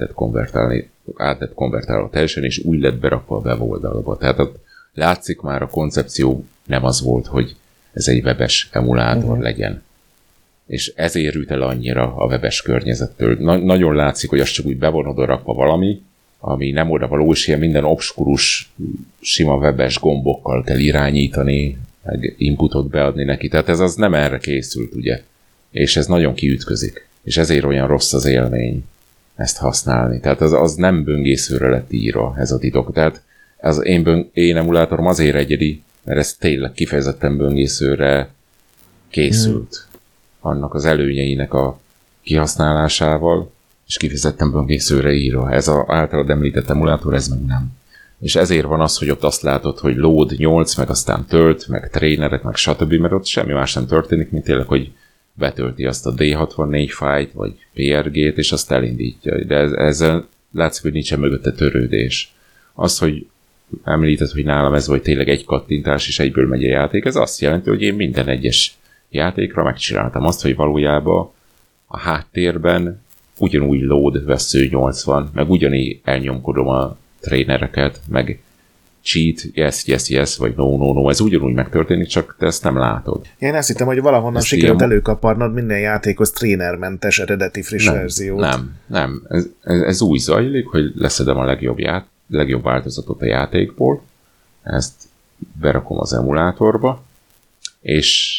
lett konvertálva teljesen, és úgy lett berakva a weboldalba. Tehát ott látszik már a koncepció nem az volt, hogy ez egy webes emulátor legyen. És ezért ült el annyira a webes környezettől. Nagyon látszik, hogy az csak úgy be van oda rakva valami, ami nem oda való, és ilyen minden obskurus, sima webes gombokkal kell irányítani, meg inputot beadni neki. Tehát ez az nem erre készült, ugye. És ez nagyon kiütközik. És ezért olyan rossz az élmény ezt használni. Tehát az nem böngészőre lett írva, ez a titok. Tehát az én emulátorom azért egyedi, mert ez tényleg kifejezetten böngészőre készült. Annak az előnyeinek a kihasználásával, és kifejezetten böngészőre írva. Ez az általad említett emulátor, ez meg nem. És ezért van az, hogy ott azt látod, hogy load 8, meg aztán tölt, meg trénerek, meg stb., mert ott semmi más nem történik, mint tényleg, hogy betölti azt a D64 fájlt, vagy PRG-t, és azt elindítja. De látszik, hogy nincsen mögötte törődés. Az, hogy említett, hogy nálam ez vagy tényleg egy kattintás, és egyből megy a játék, ez azt jelenti, hogy én minden egyes játékra megcsináltam azt, hogy valójában a háttérben ugyanúgy load vesző 80, meg ugyanígy elnyomkodom a trénereket, meg cheat, yes, vagy no, ez ugyanúgy megtörténik, csak te ezt nem látod. Én azt hittem, hogy valahonnan ezt sikerült előkaparnod minden játékhoz trénermentes eredeti friss verziót. Nem. Ez úgy zajlik, hogy leszedem a legjobb változatot a játékból, ezt berakom az emulátorba, és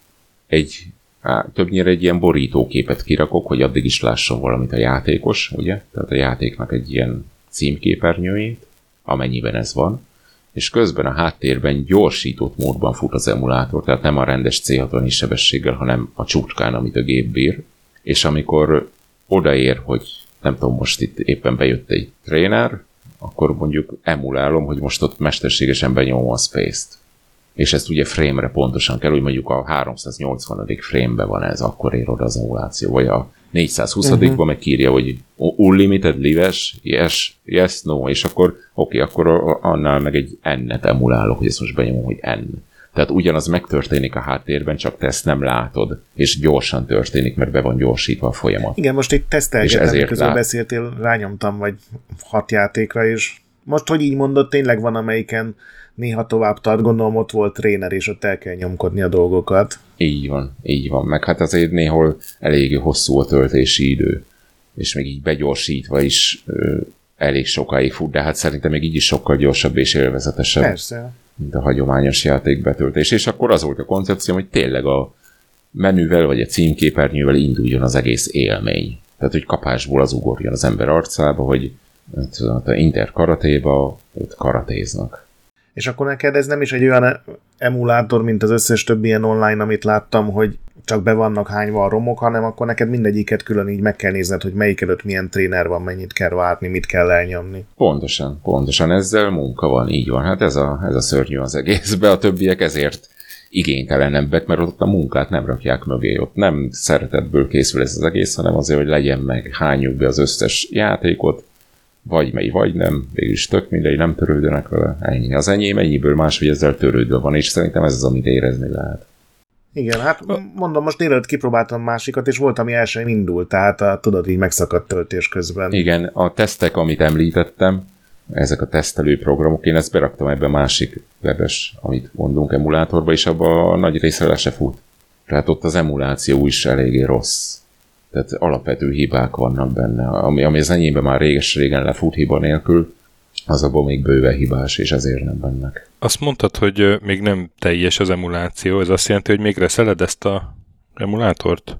többnyire egy ilyen borítóképet kirakok, hogy addig is lásson valamit a játékos, ugye? Tehát a játéknak egy ilyen címképernyőjét, amennyiben ez van, és közben a háttérben gyorsított módban fut az emulátor, tehát nem a rendes C60-is sebességgel, hanem a csúcskán, amit a gép bír, és amikor odaér, hogy nem tudom, most itt éppen bejött egy tréner, akkor mondjuk emulálom, hogy most ott mesterségesen benyomom a space-t. És ezt ugye frame-re pontosan kell, hogy mondjuk a 380. frame-be van ez, akkor ér oda az emuláció, vagy a 420-ban megírja, hogy unlimited, lives, yes, no, és akkor akkor annál meg egy n-et emulálok, hogy ezt most benyomom, hogy n. Tehát ugyanaz megtörténik a háttérben, csak te ezt nem látod, és gyorsan történik, mert be van gyorsítva a folyamat. Igen, most itt tesztelgetem, miközben beszéltél, rányomtam vagy 6 játékra, és most, hogy így mondod, tényleg van, amelyiken néha tovább tart, gondolom ott volt tréner, és ott el kell nyomkodni a dolgokat. Így van. Meg hát azért néhol eléggé hosszú a töltési idő, és még így begyorsítva is elég sokáig fut, de hát szerintem még így is sokkal gyorsabb és élvezetesebb. Persze. Mint a hagyományos játék betöltés. És akkor az volt a koncepció, hogy tényleg a menüvel vagy a címképernyővel induljon az egész élmény. Tehát, hogy kapásból az ugorjon az ember arcába, hogy a Inter karatéba őt karatéznak. És akkor neked ez nem is egy olyan emulátor, mint az összes többi ilyen online, amit láttam, hogy csak be vannak hányva a romok, hanem akkor neked mindegyiket külön így meg kell nézned, hogy melyik előtt milyen tréner van, mennyit kell várni, mit kell elnyomni. Pontosan ezzel munka van, így van. Hát ez a szörnyű az egészben, a többiek ezért igénytelenebbek, mert ott a munkát nem rakják mögé, ott nem szeretetből készül ez az egész, hanem azért, hogy legyen meg, hányjuk be az összes játékot, vagy megy, vagy nem, végülis tök mindegy, nem törődönek vele, ennyi. Az enyém ennyiből máshogy ezzel törődve van, és szerintem ez az, amit érezni lehet. Igen, hát mondom, most délelőtt kipróbáltam másikat, és volt, ami el sem indult, tehát tudod, így megszakadt töltés közben. Igen, a tesztek, amit említettem, ezek a tesztelő programok, én ezt beraktam ebbe másik webes, amit mondunk emulátorba, és abban a nagy része le se fut. Tehát ott az emuláció is eléggé rossz. Tehát alapvető hibák vannak benne, ami az enyémben már régen lefut hiba nélkül, az abban még bőven hibás, és ezért nem bennek. Azt mondtad, hogy még nem teljes az emuláció, ez azt jelenti, hogy még reszeled ezt a emulátort?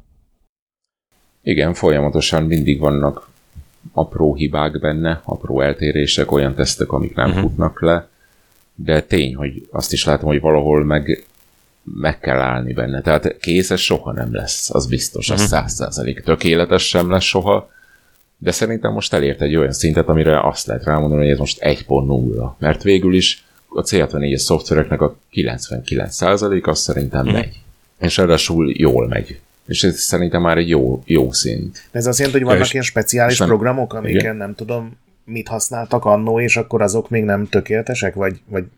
Igen, folyamatosan mindig vannak apró hibák benne, apró eltérések, olyan tesztek, amik nem futnak le, de tény, hogy azt is látom, hogy valahol meg kell állni benne. Tehát készes soha nem lesz, az biztos, az 100%. Tökéletes sem lesz soha, de szerintem most elért egy olyan szintet, amire azt lehet rámondani, hogy ez most 1.0, mert végül is a C64-es szoftvereknek a 99% az szerintem megy. És ráadásul jól megy. És ez szerintem már egy jó szint. Ez azt jelenti, hogy vannak ilyen speciális programok, amiken nem tudom, mit használtak annó, és akkor azok még nem tökéletesek? Vagy...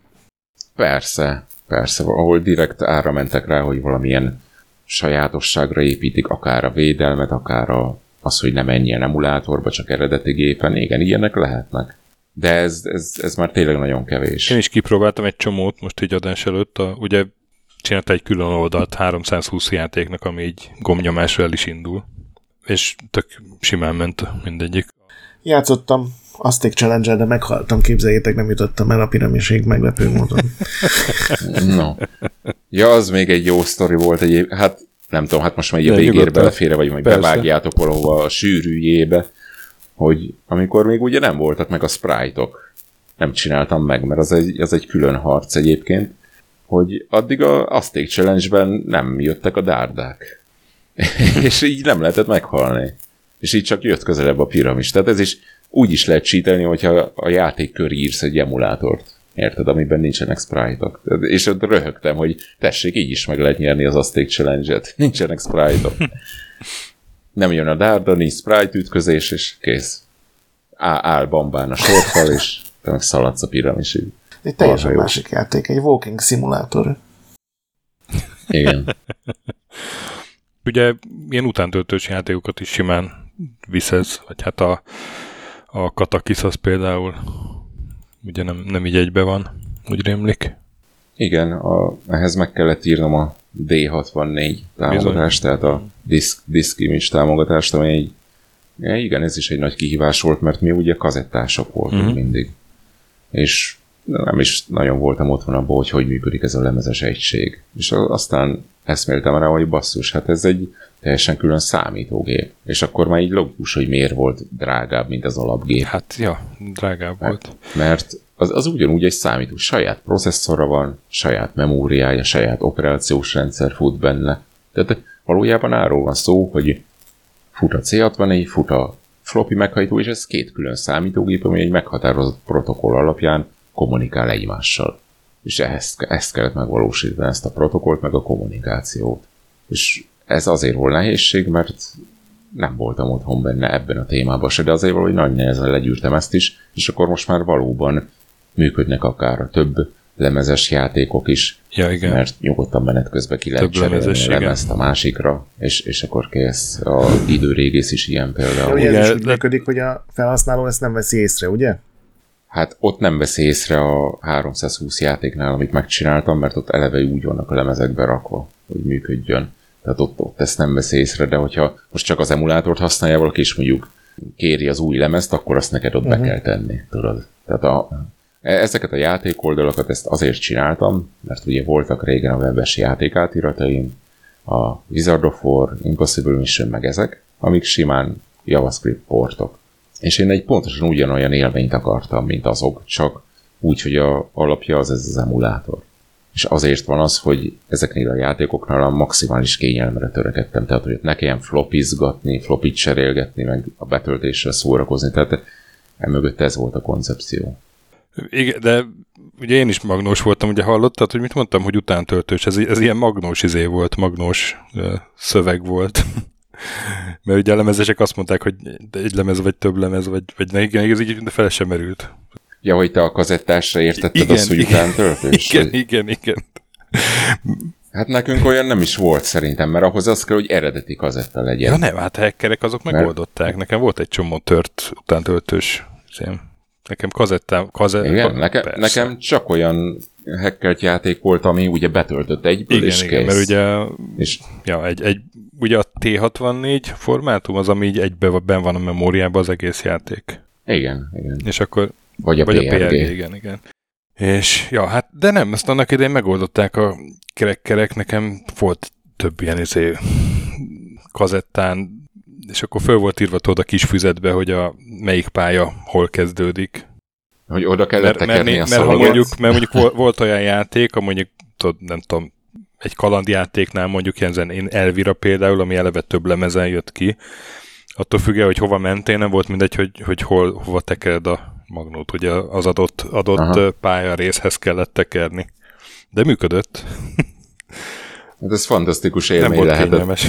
Persze, ahol direkt ára mentek rá, hogy valamilyen sajátosságra építik, akár a védelmet, akár az, hogy ne menjen emulátorba, csak eredeti gépen. Igen, ilyenek lehetnek. De ez már tényleg nagyon kevés. Én is kipróbáltam egy csomót most így adás előtt. Ugye csinálta egy külön oldalt 320 játéknak, ami így gombnyomásra el is indul. És tök simán ment mindegyik. Játszottam Azték Challenge-el, de meghaltam, képzeljétek, nem jutottam el a piramisig meglepő módon. No. Ja, az még egy jó sztori volt egyébként. Hát nem tudom, hát most már a végére belefére, vagy majd bevágjátok valahova a sűrűjébe, hogy amikor még ugye nem voltak meg a sprite-ok, nem csináltam meg, mert az egy külön harc egyébként, hogy addig a Azték Challenge-ben nem jöttek a dárdák. És így nem lehetett meghalni. És így csak jött közelebb a piramis. Tehát ez is úgy is lehet cheatelni, hogyha a játék köré írsz egy emulátort. Érted? Amiben nincsenek sprite-ok. És ott röhögtem, hogy tessék, így is meg lehet nyerni az Azték Challenge-et. Nincsenek sprite-ok. Nem jön a dárda, nincs sprite ütközés, és kész. áll bambán a sorfal, és te meg szaladsz a piramisig. Egy teljesen másik játék, egy walking szimulátor. Igen. Ugye ilyen utántöltős játékokat is simán visz ez, vagy hát a Katakis az például ugye nem így egybe van, úgy rémlik. Igen, ehhez meg kellett írnom a D64 támogatást, tehát a Disk Image támogatást, ami igen, ez is egy nagy kihívás volt, mert mi ugye kazettások voltunk mindig. És nem is nagyon voltam otthon abban, hogy működik ez a lemezes egység. És aztán eszméltem rá, hogy basszus, hát ez egy teljesen külön számítógép. És akkor már így logikus, hogy miért volt drágább, mint az alapgép. Hát, ja, drágább volt. Mert az ugyanúgy egy számító. Saját processzora van, saját memóriája, saját operációs rendszer fut benne. Tehát valójában arról van szó, hogy fut a C64, fut a floppy meghajtó, és ez két külön számítógép, ami egy meghatározott protokoll alapján kommunikál egymással. És ezt kellett megvalósítani, ezt a protokollt, meg a kommunikációt. És ez azért volt nehézség, mert nem voltam otthon benne ebben a témában se, de azért valahogy nagy nehezen legyűrtem ezt is, és akkor most már valóban működnek akár a több lemezes játékok is, ja, igen. Mert nyugodtan menet közben ki lehet cserélni a lemezt a másikra, és akkor kész. A időrégész is ilyen például. Ugye ez is úgy működik, hogy a felhasználó ezt nem veszi észre, ugye? Hát ott nem veszi észre a 320 játéknál, amit megcsináltam, mert ott eleve úgy vannak a lemezekbe rakva, hogy működjön. Tehát ott ezt nem veszi észre, de hogyha most csak az emulátort használja valaki, és mondjuk kéri az új lemezt, akkor azt neked ott be kell tenni, tudod. Tehát ezeket a játékoldalakat ezt azért csináltam, mert ugye voltak régen a webes játékátírataim, a Wizard of War, Impossible Mission, meg ezek, amik simán JavaScript portok. És én egy pontosan ugyanolyan élményt akartam, mint azok, csak úgy, hogy a alapja az emulátor. És azért van az, hogy ezeknél a játékoknál a maximális kényelmre törekedtem. Tehát, hogy ne kelljen flopizgatni, flopit cserélgetni, meg a betöltéssel szórakozni. Tehát emögött ez volt a koncepció. Igen, de ugye én is magnós voltam, ugye hallottad, hogy mit mondtam, hogy utántöltős. Ez ilyen magnós volt, magnós szöveg volt. Mert ugye a lemezesek azt mondták, hogy egy lemez, vagy több lemez, vagy ne, igen, ez így fel sem merült. Ja, hogy te a kazettásra értetted azt, hogy utántöltős? Igen. Hát nekünk olyan nem is volt szerintem, mert ahhoz az kell, hogy eredeti kazetta legyen. Ja nem, hát hackerek azok megoldották. Nekem volt egy csomó tört utántöltős. Nekem kazettám... Igen, nekem csak olyan hackert játék volt, ami ugye betöltött egyből, és kész. Igen, mert ugye, ugye a T64 formátum az, ami így egyben van a memóriában az egész játék. Igen. És akkor... Vagy a PRG. Igen. És ja, hát de nem, ezt annak idején megoldották a kerek, nekem volt több ilyen kazettán, és akkor föl volt írva a kis füzetbe, hogy a melyik pálya hol kezdődik. Hogy oda kellett tekerni a szalagot. Mert mondjuk volt olyan játék, mondjuk, nem tudom, egy kalandjátéknál mondjuk én Elvira például, ami eleve több lemezen jött ki, attól függően, hogy hova mentél, nem volt mindegy, hogy hova tekered a magnót, ugye az adott pálya részhez kellett tekerni. De működött. Hát ez fantasztikus élmény lehetett. Kényelmes.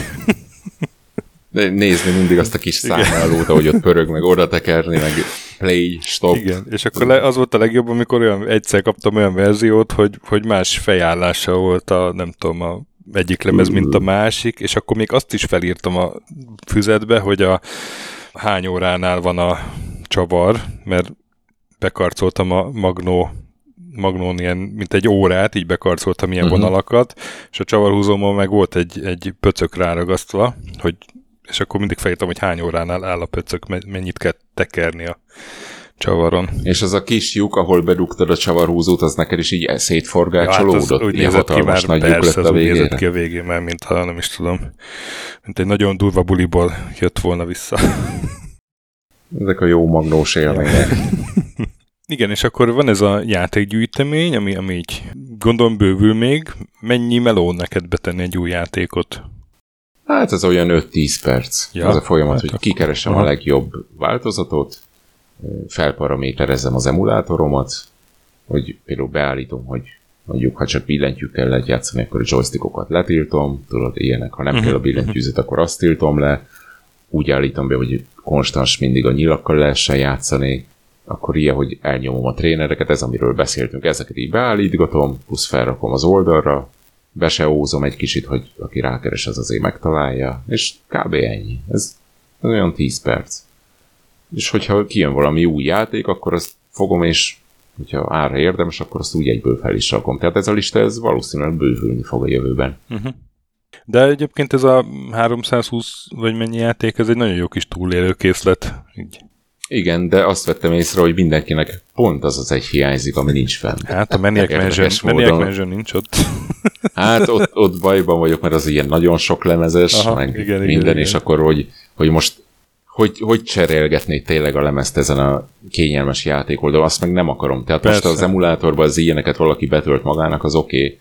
De nézni mindig azt a kis számlálót, ahogy ott pörög, meg oda tekerni, meg play, stop. Igen, és akkor az volt a legjobb, amikor egyszer kaptam olyan verziót, hogy más fejállása volt nem tudom, a egyik lemez, mint a másik, és akkor még azt is felírtam a füzetbe, hogy hány óránál van a csavar, mert bekarcoltam a magnón ilyen, mint egy órát, így bekarcoltam ilyen vonalakat, és a csavarhúzómon meg volt egy pöcök ráragasztva, és akkor mindig felírtam, hogy hány óránál áll a pöcök, mennyit kell tekerni a csavaron. És az a kis lyuk, ahol bedugtad a csavarhúzót, az neked is így szétforgácsolódott? Hát úgy nézett ki már, persze, az úgy nézett ki a végén már, mintha nem is tudom. Mint egy nagyon durva buliból jött volna vissza. Ezek a jó magnós élmények. Igen, és akkor van ez a játékgyűjtemény, ami így gondolom bővül még. Mennyi meló neked betenni egy új játékot? Hát ez olyan 5-10 perc. Ja, az a folyamat, hogy kikeresem a legjobb változatot, felparaméterezem az emulátoromat, hogy például beállítom, hogy mondjuk, ha csak billentyűkkel lehet játszani, akkor a joystickokat letiltom, tudod, ilyenek, ha nem kell a billentyűzet, akkor azt tiltom le, úgy állítom be, hogy konstans mindig a nyilakkal lehessen játszani, akkor ilyen, hogy elnyomom a trénereket, ez amiről beszéltünk, ezeket így beállítgatom, plusz felrakom az oldalra, beseózom egy kicsit, hogy aki rákeres, az azért megtalálja, és kb. Ennyi. Ez olyan 10 perc. És hogyha kijön valami új játék, akkor azt fogom, és hogyha ára érdemes, akkor azt úgy egyből fel is rakom. Tehát ez a lista, ez valószínűleg bővülni fog a jövőben. Uh-huh. De egyébként ez a 320 vagy mennyi játék, ez egy nagyon jó kis túlélőkészlet. Így. Igen, de azt vettem észre, hogy mindenkinek pont az egy hiányzik, ami nincs fenn. Hát a Maniac Mansion nincs ott. Hát ott bajban vagyok, mert az ilyen nagyon sok lemezes, aha, meg igen, minden, igen. És akkor, hogy most hogy cserélgetnék tényleg a lemezt ezen a kényelmes játékoldalon, azt meg nem akarom. Tehát persze. Most az emulátorban az ilyeneket valaki betölt magának, az oké,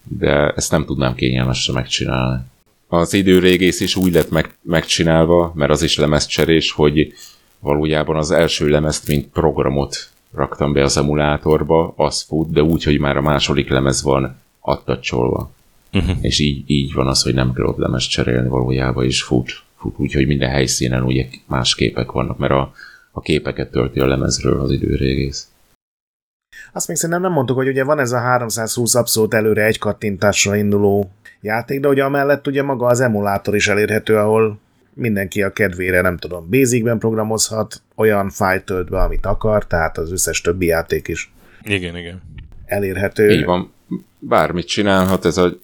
de ezt nem tudnám kényelmesre megcsinálni. Az időrégész is úgy lett megcsinálva, mert az is lemezcserés, hogy valójában az első lemezt, mint programot raktam be az emulátorba, az fut, de úgy, hogy már a második lemez van attacsolva. Uh-huh. És így van az, hogy nem kell ott lemez cserélni valójában, és fut úgy, hogy minden helyszínen ugye más képek vannak, mert a képeket tölti a lemezről az időrégész. Azt még szerintem nem mondtuk, hogy ugye van ez a 320 abszolút előre egy kattintásra induló játék, de ugye amellett ugye maga az emulátor is elérhető, ahol mindenki a kedvére, nem tudom, Basicben programozhat, olyan fájlt tölt be, amit akar, tehát az összes többi játék is igen. elérhető. Így van. Bármit csinálhat, ez a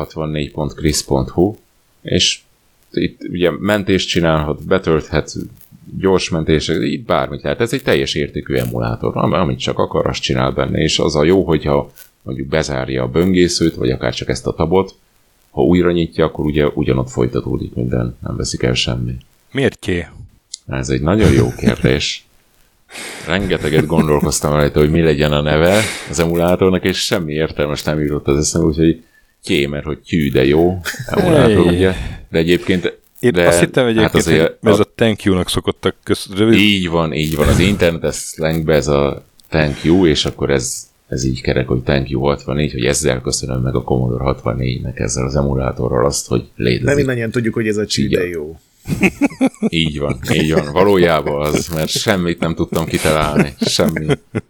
j64.chris.hu, és itt ugye mentést csinálhat, betölthet, gyors mentés, itt bármit lehet. Ez egy teljes értékű emulátor, amit csak akar, azt csinál benne, és az a jó, hogyha mondjuk bezárja a böngészőt, vagy akár csak ezt a tabot, ha újra nyitja, akkor ugye ugyanott folytatódik minden, nem veszik el semmi. Miért ké? Ez egy nagyon jó kérdés. Rengeteget gondolkoztam rajta, hogy mi legyen a neve az emulátornak, és semmi értelmes nem jutott az eszembe, úgyhogy mert hogy tyű, de jó emulátor, ugye? De egyébként... Én azt hittem egyébként, hát hogy ez a thank you-nak szokottak rövid. Így van, az internetes slangbe ez a thank you, és akkor ez így kerek, hogy thank you 64, hogy ezzel köszönöm meg a Commodore 64-nek ezzel az emulátorral azt, hogy létezik. De mindannyian tudjuk, hogy ez a csí, de jó. Így van. Valójában az, mert semmit nem tudtam kitalálni. Semmi.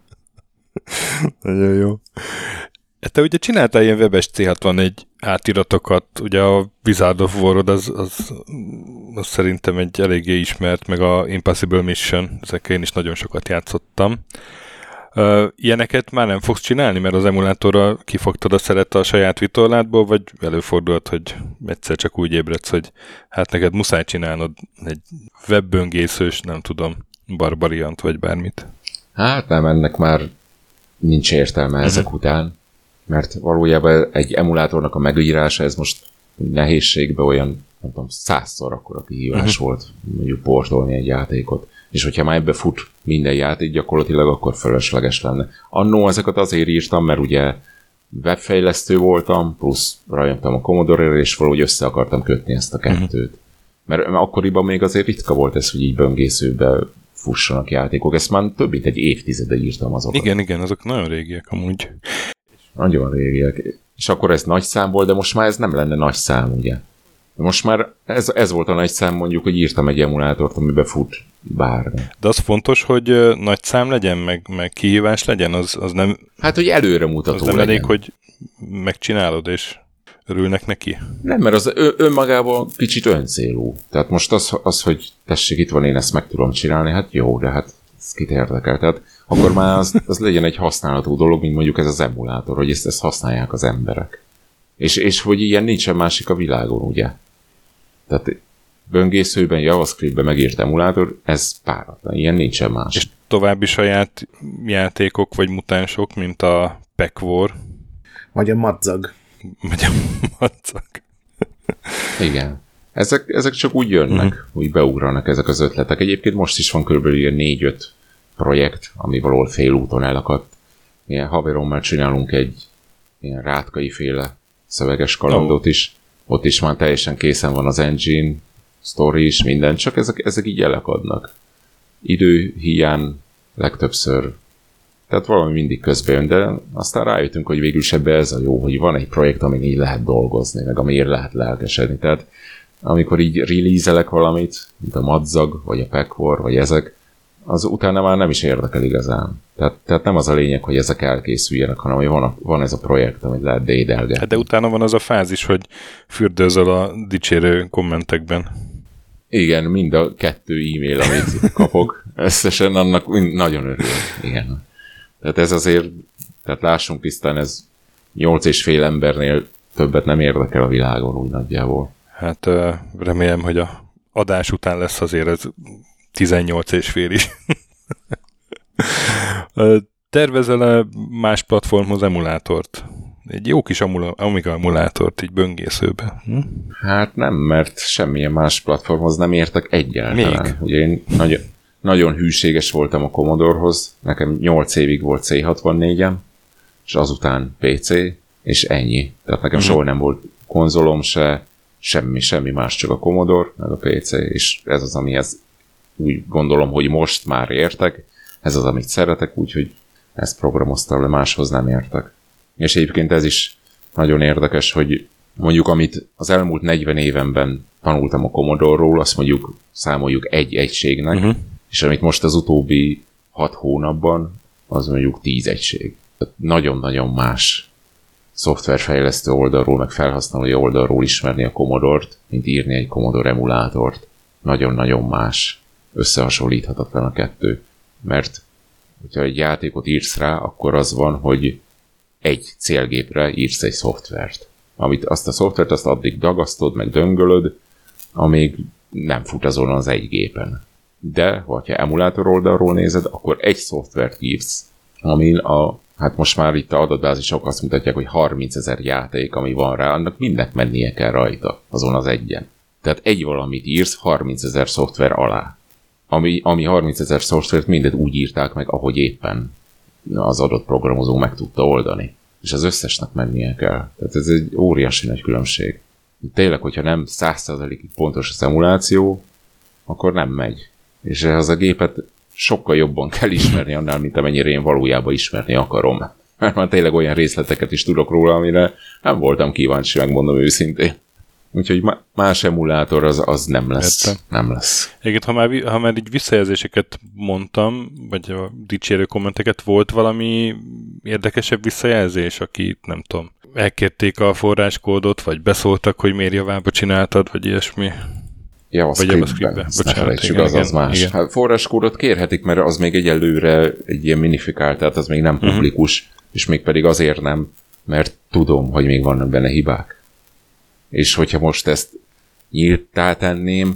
Nagyon jó. Te ugye csináltál ilyen webes C64 átiratokat, ugye a Wizard of War-od az szerintem egy eléggé ismert, meg a Impossible Mission, ezekkel én is nagyon sokat játszottam. Ilyeneket már nem fogsz csinálni, mert az emulátorral kifogtad a szeret a saját vitorládból, vagy előfordult, hogy egyszer csak úgy ébredsz, hogy hát neked muszáj csinálnod egy webböngészős, nem tudom, barbariant, vagy bármit. Hát nem, ennek már nincs értelme ezek után, mert valójában egy emulátornak a megírása, ez most nehézségbe olyan, nem tudom, 100-szor akkora kihívás volt, mondjuk portolni egy játékot. És hogyha már ebbe fut minden játék, gyakorlatilag akkor fölösleges lenne. Annó ezeket azért írtam, mert ugye webfejlesztő voltam, plusz rajongtam a Commodore-re, és valahogy össze akartam kötni ezt a kettőt. Mert akkoriban még azért ritka volt ez, hogy így böngészőbe fussanak játékok. Ezt már több mint egy évtizede írtam azokat. Igen, azok nagyon régiek amúgy. Nagyon régiek. És akkor ez nagy szám volt, de most már ez nem lenne nagy szám, ugye? Most már ez volt a nagy szám, mondjuk, hogy írtam egy emulátort, amiben fut bármi. De az fontos, hogy nagy szám legyen, meg kihívás legyen, az nem... Hát, hogy előremutató legyen. Az nem elég, hogy megcsinálod, és örülnek neki? Nem, mert az önmagában kicsit öncélú. Tehát most az, hogy tessék, itt van, én ezt meg tudom csinálni, hát jó, de hát ez kit érdekel. Tehát akkor már az legyen egy használható dolog, mint mondjuk ez az emulátor, hogy ezt használják az emberek. És hogy ilyen nincsen másik a világon, ugye? Tehát böngészőben, JavaScriptben megírt emulátor, ez páratlan, ilyen nincsen más. És további saját játékok vagy mutánsok, mint a Pack War. Vagy a Madzag. Igen. Ezek csak úgy jönnek, úgy beugranak ezek az ötletek. Egyébként most is van körülbelül ilyen 4-5 projekt, ami valahol félúton elakadt. Ilyen haverommal csinálunk egy ilyen rátkai féle szöveges kalandot is. Ott is már teljesen készen van az engine, story is, minden, csak ezek így elakadnak. Időhiány legtöbbször. Tehát valami mindig közbe jön, de aztán rájöttünk, hogy végül is ebbe ez a jó, hogy van egy projekt, amin így lehet dolgozni, meg amiért lehet lelkesedni. Tehát amikor így release-elek valamit, mint a Madzag, vagy a Pekor, vagy ezek, az utána már nem is érdekel igazán. Tehát nem az a lényeg, hogy ezek elkészüljenek, hanem hogy van ez a projekt, amit lehet dédelgetni. Hát de utána van az a fázis, hogy fürdőzöl a dicsérő kommentekben. Igen, mind a 2 e-mail, amit kapok, összesen annak nagyon örülök. Igen. Tehát ez azért, tehát lássunk tisztán, ez 8,5 embernél többet nem érdekel a világon úgy nagyjából. Hát remélem, hogy a adás után lesz azért ez 18,5 is. Tervezel-e más platformhoz emulátort? Egy jó kis Amiga emulátort így böngészőbe. Hát nem, mert semmilyen más platformhoz nem értek egyáltalán. Még? Ugye én nagyon hűséges voltam a Commodore-hoz, nekem 8 évig volt C64-em, és azután PC, és ennyi. Tehát nekem soha nem volt konzolom se, semmi más, csak a Commodore, meg a PC, és ez az, amihez úgy gondolom, hogy most már értek, ez az, amit szeretek, úgyhogy ezt programoztam le, máshoz nem értek. És egyébként ez is nagyon érdekes, hogy mondjuk amit az elmúlt 40 évenben tanultam a Commodore-ról, azt mondjuk számoljuk egy egységnek, és amit most az utóbbi 6 hónapban, az mondjuk 10 egység. Tehát nagyon-nagyon más szoftverfejlesztő oldalról, meg felhasználói oldalról ismerni a Commodore-t, mint írni egy Commodore emulátort. Nagyon-nagyon más. Összehasonlíthatatlan a kettő. Mert hogyha egy játékot írsz rá, akkor az van, hogy egy célgépre írsz egy szoftvert. Azt a szoftvert azt addig dagasztod, meg döngölöd, amíg nem fut azon az egy gépen. De, ha emulátor oldalról nézed, akkor egy szoftvert írsz, amin hát most már itt a adatbázisok azt mutatják, hogy 30 000 játék, ami van rá, annak mindnek mennie kell rajta, azon az egyen. Tehát egy valamit írsz 30 000 szoftver alá. Ami 30 000 szoftvert mindet úgy írták meg, ahogy éppen az adott programozó meg tudta oldani. És az összesnek mennie kell. Tehát ez egy óriási nagy különbség. Tényleg, hogyha nem 100%-ig pontos a szimuláció, akkor nem megy. És ehhez a gépet sokkal jobban kell ismerni annál, mint amennyire én valójában ismerni akarom. Mert már tényleg olyan részleteket is tudok róla, amire nem voltam kíváncsi, megmondom őszintén. Úgyhogy más emulátor az nem lesz. Értem. Nem lesz. Egyébként, ha már így visszajelzéseket mondtam, vagy a dicsérő kommenteket, volt valami érdekesebb visszajelzés, aki, nem tudom, elkérték a forráskódot, vagy beszóltak, hogy miért javába csináltad, vagy ilyesmi? JavaScript-ben. Az más. Hát forráskódot kérhetik, mert az még egyelőre egy ilyen minifikált, tehát az még nem publikus, és még pedig azért nem, mert tudom, hogy még vannak benne hibák. És hogyha most ezt nyíltá tenném,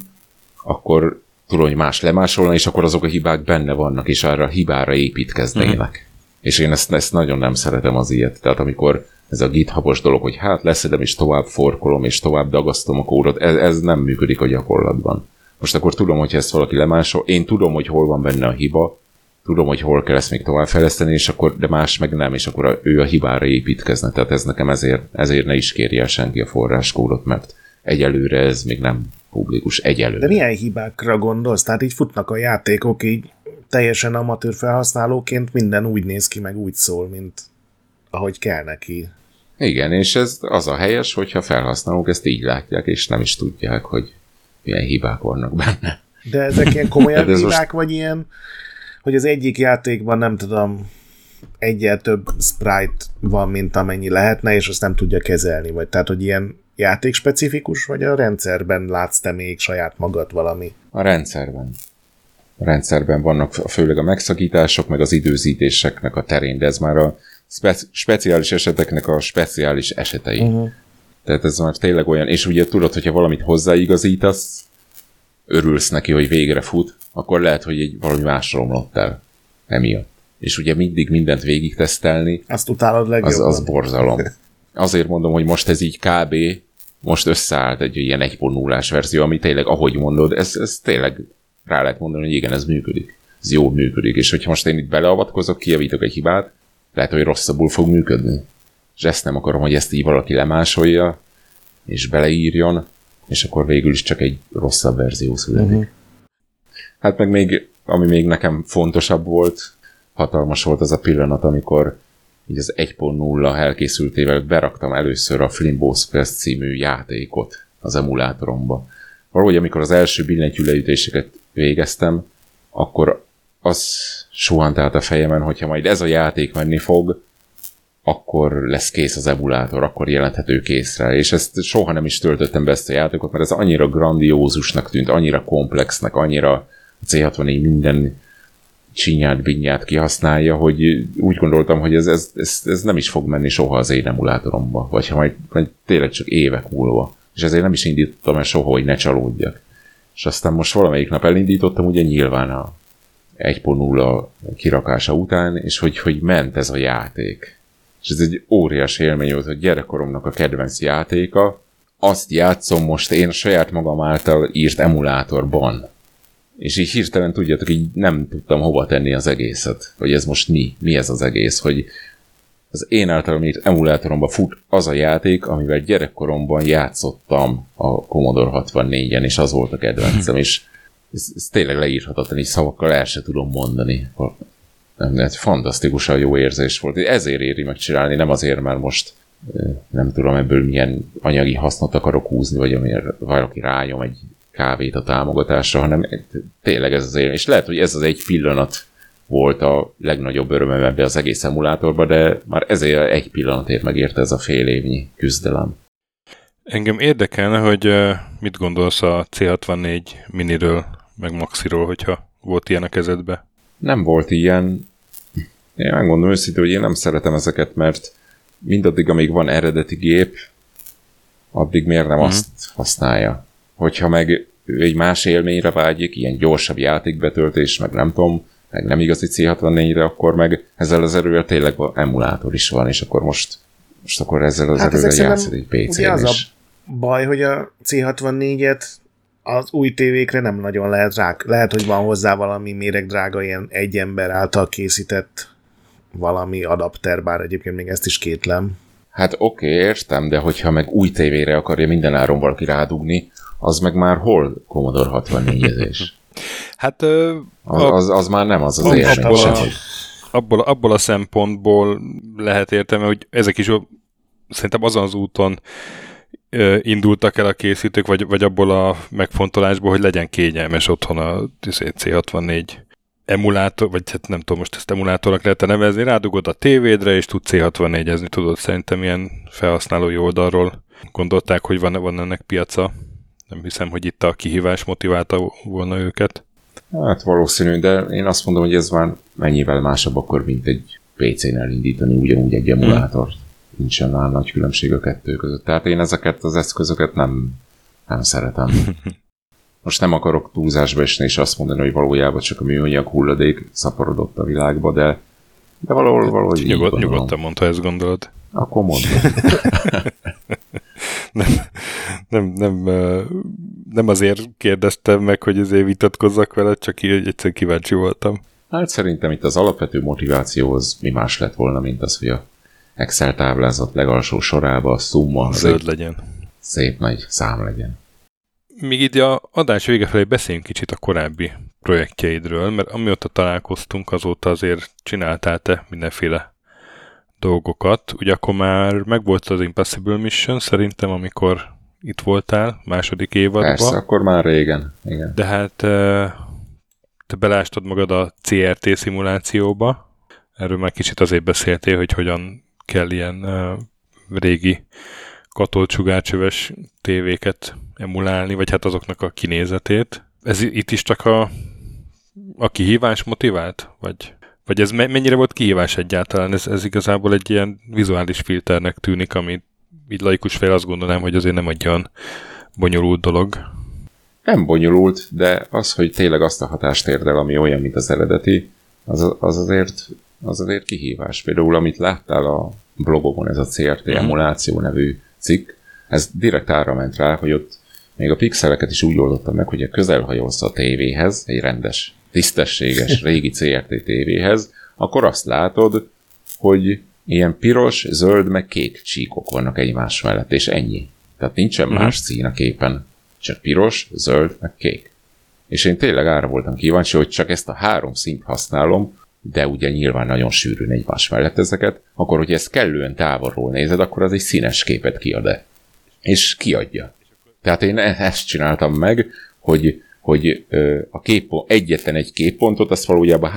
akkor tudom, hogy más lemásolna, és akkor azok a hibák benne vannak, és arra a hibára építkeznének. És én ezt nagyon nem szeretem az ilyet. Tehát amikor ez a GitHub-os dolog, hogy hát leszedem, és tovább forkolom, és tovább dagasztom a kódot, ez nem működik a gyakorlatban. Most akkor tudom, hogy ezt valaki lemásol, én tudom, hogy hol van benne a hiba, tudom, hogy hol kell ezt még tovább fejleszteni, és akkor, de más meg nem, és akkor ő a hibára építkezne. Tehát ez nekem ezért ne is kérje senki a forráskódot, mert egyelőre ez még nem publikus, egyelőre. De milyen hibákra gondolsz? Tehát így futnak a játékok, így teljesen amatőr felhasználóként minden úgy néz ki, meg úgy szól, mint ahogy kell neki. Igen, és ez az a helyes, hogyha felhasználók ezt így látják, és nem is tudják, hogy milyen hibák vannak benne. De ezek ilyen komolyabb hibák, vagy ilyen, hogy az egyik játékban nem tudom, egyel több sprite van, mint amennyi lehetne, és azt nem tudja kezelni, vagy tehát, hogy ilyen játékspecifikus, vagy a rendszerben látsz te még saját magad valami? A rendszerben. A rendszerben vannak főleg a megszakítások, meg az időzítéseknek a terén, de ez már a speciális eseteknek a speciális esetei. Tehát ez már tényleg olyan, és ugye tudod, hogyha valamit hozzáigazítasz, örülsz neki, hogy végre fut, akkor lehet, hogy valami más romlott el emiatt. És ugye mindig mindent végig tesztelni, azt utálod legjobban. Az borzalom. Azért mondom, hogy most ez így kb. Most összeállt egy ilyen 1.0-ás verzió, ami tényleg, ahogy mondod, ez tényleg rá lehet mondani, hogy igen, ez működik. Ez jól működik. És hogyha most én itt beleavatkozok, kijavítok egy hibát, lehet, hogy rosszabbul fog működni. És ezt nem akarom, hogy ezt így valaki lemásolja, és beleírjon, és akkor végül is csak egy rosszabb verzió születik. Hát meg még, ami még nekem fontosabb volt, hatalmas volt az a pillanat, amikor így az 1.0 elkészültével beraktam először a Flimbo Quest című játékot az emulátoromba. valahogy amikor az első billentyűleütéseket végeztem, akkor az suhant át a fejemen, hogyha majd ez a játék menni fog, akkor lesz kész az emulátor, akkor jelenthető készre. És ezt soha nem is töltöttem be ezt a játékot, mert ez annyira grandiózusnak tűnt, annyira komplexnek, annyira a C64 minden csinyát, binyát kihasználja, hogy úgy gondoltam, hogy ez nem is fog menni soha az én emulátoromba, vagy ha majd tényleg csak évek múlva. És ezért nem is indítottam el soha, hogy ne csalódjak. És aztán most valamelyik nap elindítottam, ugye nyilván a 1.0 kirakása után, és hogy ment ez a játék. És ez egy óriási élmény volt, hogy gyerekkoromnak a kedvenc játéka, azt játszom most én a saját magam által írt emulátorban. És így hirtelen tudjátok, így nem tudtam hova tenni az egészet. Hogy ez most mi ez az egész, hogy az én általam írt emulátoromban fut az a játék, amivel gyerekkoromban játszottam a Commodore 64-en, és az volt a kedvencem, és ez tényleg leírhatatlan, így szavakkal el se tudom mondani. Ez fantasztikusan jó érzés volt. Ezért éri megcsinálni, nem azért, mert most nem tudom ebből milyen anyagi hasznot akarok húzni, vagy amire valaki rájom egy kávét a támogatásra, hanem tényleg ez az élmény. És lehet, hogy ez az egy pillanat volt a legnagyobb örömöm ebbe az egész emulátorban, de már ezért egy pillanatért megérte ez a fél évnyi küzdelem. Engem érdekelne, hogy mit gondolsz a C64 miniről, meg Maxiról, hogyha volt ilyen a kezedbe? Nem volt ilyen. Én megmondom őszintén, hogy én nem szeretem ezeket, mert mindaddig, amíg van eredeti gép, addig miért nem azt használja. Hogyha meg egy más élményre vágyik, ilyen gyorsabb játékbetöltés, meg nem tudom, meg nem igazi C64-re, akkor meg ezzel az erővel tényleg emulátor is van, és akkor most akkor ezzel az erővel játszik egy PC-n is. Az a baj, hogy a C64-et az új tévékre nem nagyon lehet rá. Lehet, hogy van hozzá valami méregdrága, ilyen egy ember által készített valami adapter, bár egyébként még ezt is kétlem. Hát oké, értem, de hogyha meg új tévére akarja minden áron valaki rádugni, az meg már hol Commodore 64-ezés? Hát az már nem az élmény sem. Abból a szempontból lehet értelme, hogy ezek is szerintem azon az úton indultak el a készítők, vagy abból a megfontolásból, hogy legyen kényelmes otthon a C64 emulátor, vagy hát nem tudom, most ezt emulátornak lehet nevezni, rádugod a tévédre, és tudsz C64-ezni, tudod, szerintem ilyen felhasználói oldalról gondolták, hogy van ennek piaca. Nem hiszem, hogy itt a kihívás motiválta volna őket. Hát valószínű, de én azt mondom, hogy ez már mennyivel másabb akkor, mint egy PC-n elindítani ugyanúgy egy emulátort. Nincsen már nagy különbség a kettő között. Tehát én ezeket az eszközöket nem szeretem. Most nem akarok túlzásba esni és azt mondani, hogy valójában csak a műanyag hulladék szaporodott a világba, de valahogy nyugodtan mondta, ezt gondolod. Akkor mondom. Nem azért kérdeztem meg, hogy azért vitatkozzak vele, csak egyszer kíváncsi voltam. Hát szerintem itt az alapvető motiváció az mi más lett volna, mint az, hogy a Excel táblázat legalsó sorába a szumma zöld legyen. Szép nagy szám legyen. Míg így a adás vége felé beszéljünk kicsit a korábbi projektjeidről, mert amióta találkoztunk, azóta azért csináltál te mindenféle dolgokat. Ugye akkor már megvolt az Impossible Mission, szerintem, amikor itt voltál, második évadban. Persze, akkor már régen. Igen. De hát te belástad magad a CRT szimulációba. Erről már kicsit azért beszéltél, hogy hogyan kell ilyen régi katolcsugárcsöves tévéket emulálni, vagy hát azoknak a kinézetét. Ez itt is csak a kihívás motivált? Vagy ez mennyire volt kihívás egyáltalán? Ez igazából egy ilyen vizuális filternek tűnik, ami így laikus fél azt gondolnám, hogy azért nem egy olyan bonyolult dolog. Nem bonyolult, de az, hogy tényleg azt a hatást érd el, ami olyan, mint az eredeti, az azért kihívás. Például, amit láttál a blogokon, ez a CRT emuláció nevű cikk, ez direkt arra ment rá, hogy ott még a pixeleket is úgy oldottam meg, hogy közelhajolsz a tévéhez, egy rendes, tisztességes, régi CRT tévéhez, akkor azt látod, hogy ilyen piros, zöld, meg kék csíkok vannak egymás mellett, és ennyi. Tehát nincsen más szín a képen, csak piros, zöld, meg kék. És én tényleg arra voltam kíváncsi, hogy csak ezt a 3 színt használom, de ugye nyilván nagyon sűrűn egymás mellett ezeket, akkor, hogy ezt kellően távolról nézed, akkor az egy színes képet kiad-e. És kiadja. Tehát én ezt csináltam meg, hogy a egyetlen egy képpontot, azt valójában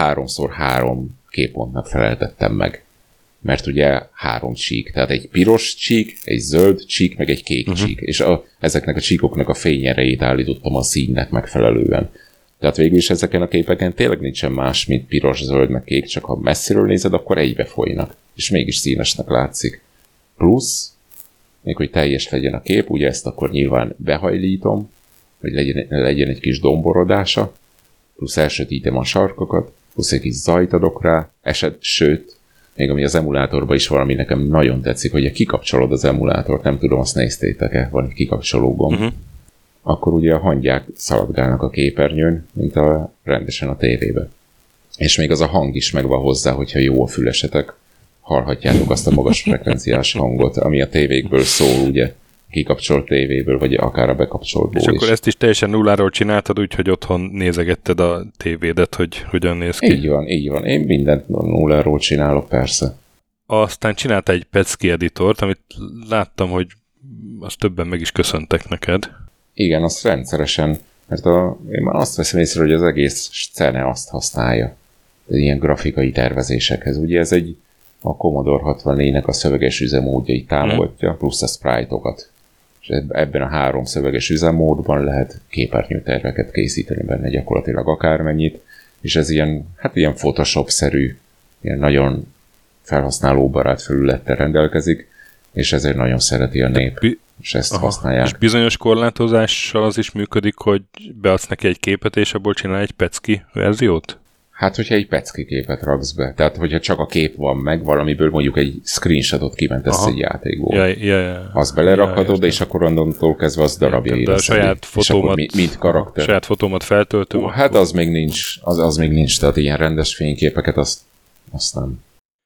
3x3 képpontnak feleltettem meg. Mert ugye 3 csík, tehát egy piros csík, egy zöld csík, meg egy kék csík. És ezeknek a csíkoknak a fényerejét állítottam a színnek megfelelően. Tehát végül is ezeken a képeken tényleg nincsen más, mint piros, zöld, meg kék, csak ha messziről nézed, akkor egybe folynak. És mégis színesnek látszik. Plusz, még hogy teljes legyen a kép, ugye ezt akkor nyilván behajlítom, hogy legyen egy kis domborodása, plusz elsötítem a sarkokat, plusz egy kis zajt adok rá, sőt, még ami az emulátorban is valami nekem nagyon tetszik, hogy ha kikapcsolod az emulátort, nem tudom, azt néztétek-e, van egy kikapcsoló gomb, akkor ugye a hangyák szaladgálnak a képernyőn, mint rendesen a tévébe. És még az a hang is megvan hozzá, hogyha jó a fülesetek, hallhatjátok azt a magas frekvenciás hangot, ami a tévékből szól, ugye, kikapcsolt tévéből, vagy akár a bekapcsoltból is. És akkor ezt is teljesen nulláról csináltad, úgyhogy otthon nézegetted a tévédet, hogy hogyan néz ki. Így van. Én mindent nulláról csinálok, persze. Aztán csináltál egy Pecki editort, amit láttam, hogy azt többen meg is köszöntek neked. Igen, azt rendszeresen, mert én már azt veszem észre, hogy az egész scene azt használja. Ilyen grafikai tervezésekhez. Ugye ez a Commodore 64-nek a szöveges üzemmódjait támogatja, plusz a sprite-okat. És ebben a 3 szöveges üzemmódban lehet képernyőterveket készíteni benne gyakorlatilag akármennyit, és ez ilyen Photoshop-szerű, ilyen nagyon felhasználóbarát felülettel rendelkezik, és ezért nagyon szereti a nép, és ezt használják. És bizonyos korlátozással az is működik, hogy beadsz neki egy képet, és abból csinál egy Pecki verziót? Hát, hogyha egy Pecki képet raksz be, tehát hogyha csak a kép van meg, valamiből mondjuk egy screenshotot kimentesz egy játékból. Azt belerakhatod, és akkor onnantól kezdve az darabjaira. De a saját fotómat, mint karakter. Saját fotómat feltöltöm. Hát az még nincs, tehát ilyen rendes fényképeket, azt nem.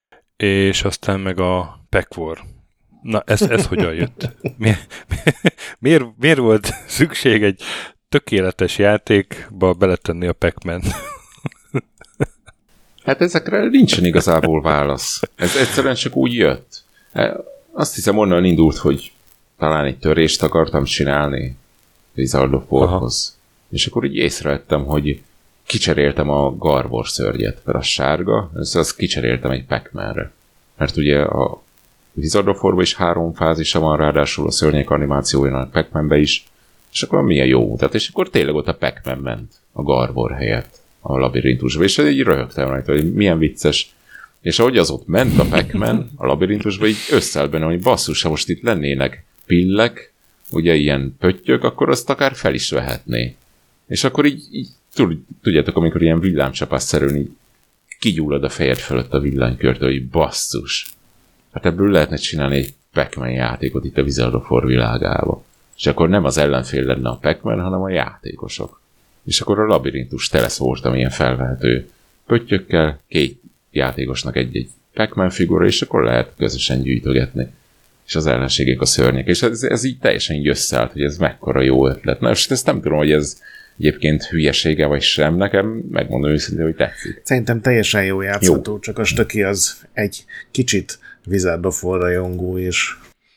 És aztán meg a Pac-War. Na, ez hogyan jött? Miért volt szükség egy tökéletes játékba beletenni a Pac-Man? Hát ezekre nincsen igazából válasz. Ez egyszerűen csak úgy jött. Azt hiszem onnan indult, hogy talán egy törést akartam csinálni Wizard of Warhoz. És akkor így észrevettem, hogy kicseréltem a Garvor szörnyet, mert a sárga, azt kicseréltem egy Pac-Manre. Mert ugye a Wizard of Warban is 3 fázisa van, ráadásul a szörnyek animációja a Pac-Manbe is, és akkor milyen jó mutat, és akkor tényleg ott a Pac-Man ment a Garvor helyett a labirintusba, és így röhögtem rajta, hogy milyen vicces. És ahogy az ott ment a Pac-Man a labirintusba, így összeáll benne, hogy basszus, ha most itt lennének pillek, ugye ilyen pöttyök, akkor azt akár fel is vehetné. És akkor így tudjátok, amikor ilyen villámcsapásszerűen így kigyullad a fejed fölött a villanykörtől, hogy basszus. Hát ebből lehetne csinálni egy Pac-Man játékot itt a Wizard of War világába. És akkor nem az ellenfél lenne a Pac-Man, hanem a játékosok. És akkor a labirintus tele szórtam ilyen felvehető pöttyökkel, 2 játékosnak egy Pac-Man figura, és akkor lehet közösen gyűjtögetni. És az ellenségek a szörnyek. És ez így teljesen így összeállt, hogy ez mekkora jó ötlet. Na, és ezt nem tudom, hogy ez egyébként hülyesége vagy sem, nekem megmondom őszintén, hogy tetszik. Szerintem teljesen jó játszható, jó. Csak a stöki az egy kicsit Wizard of War rajongó, és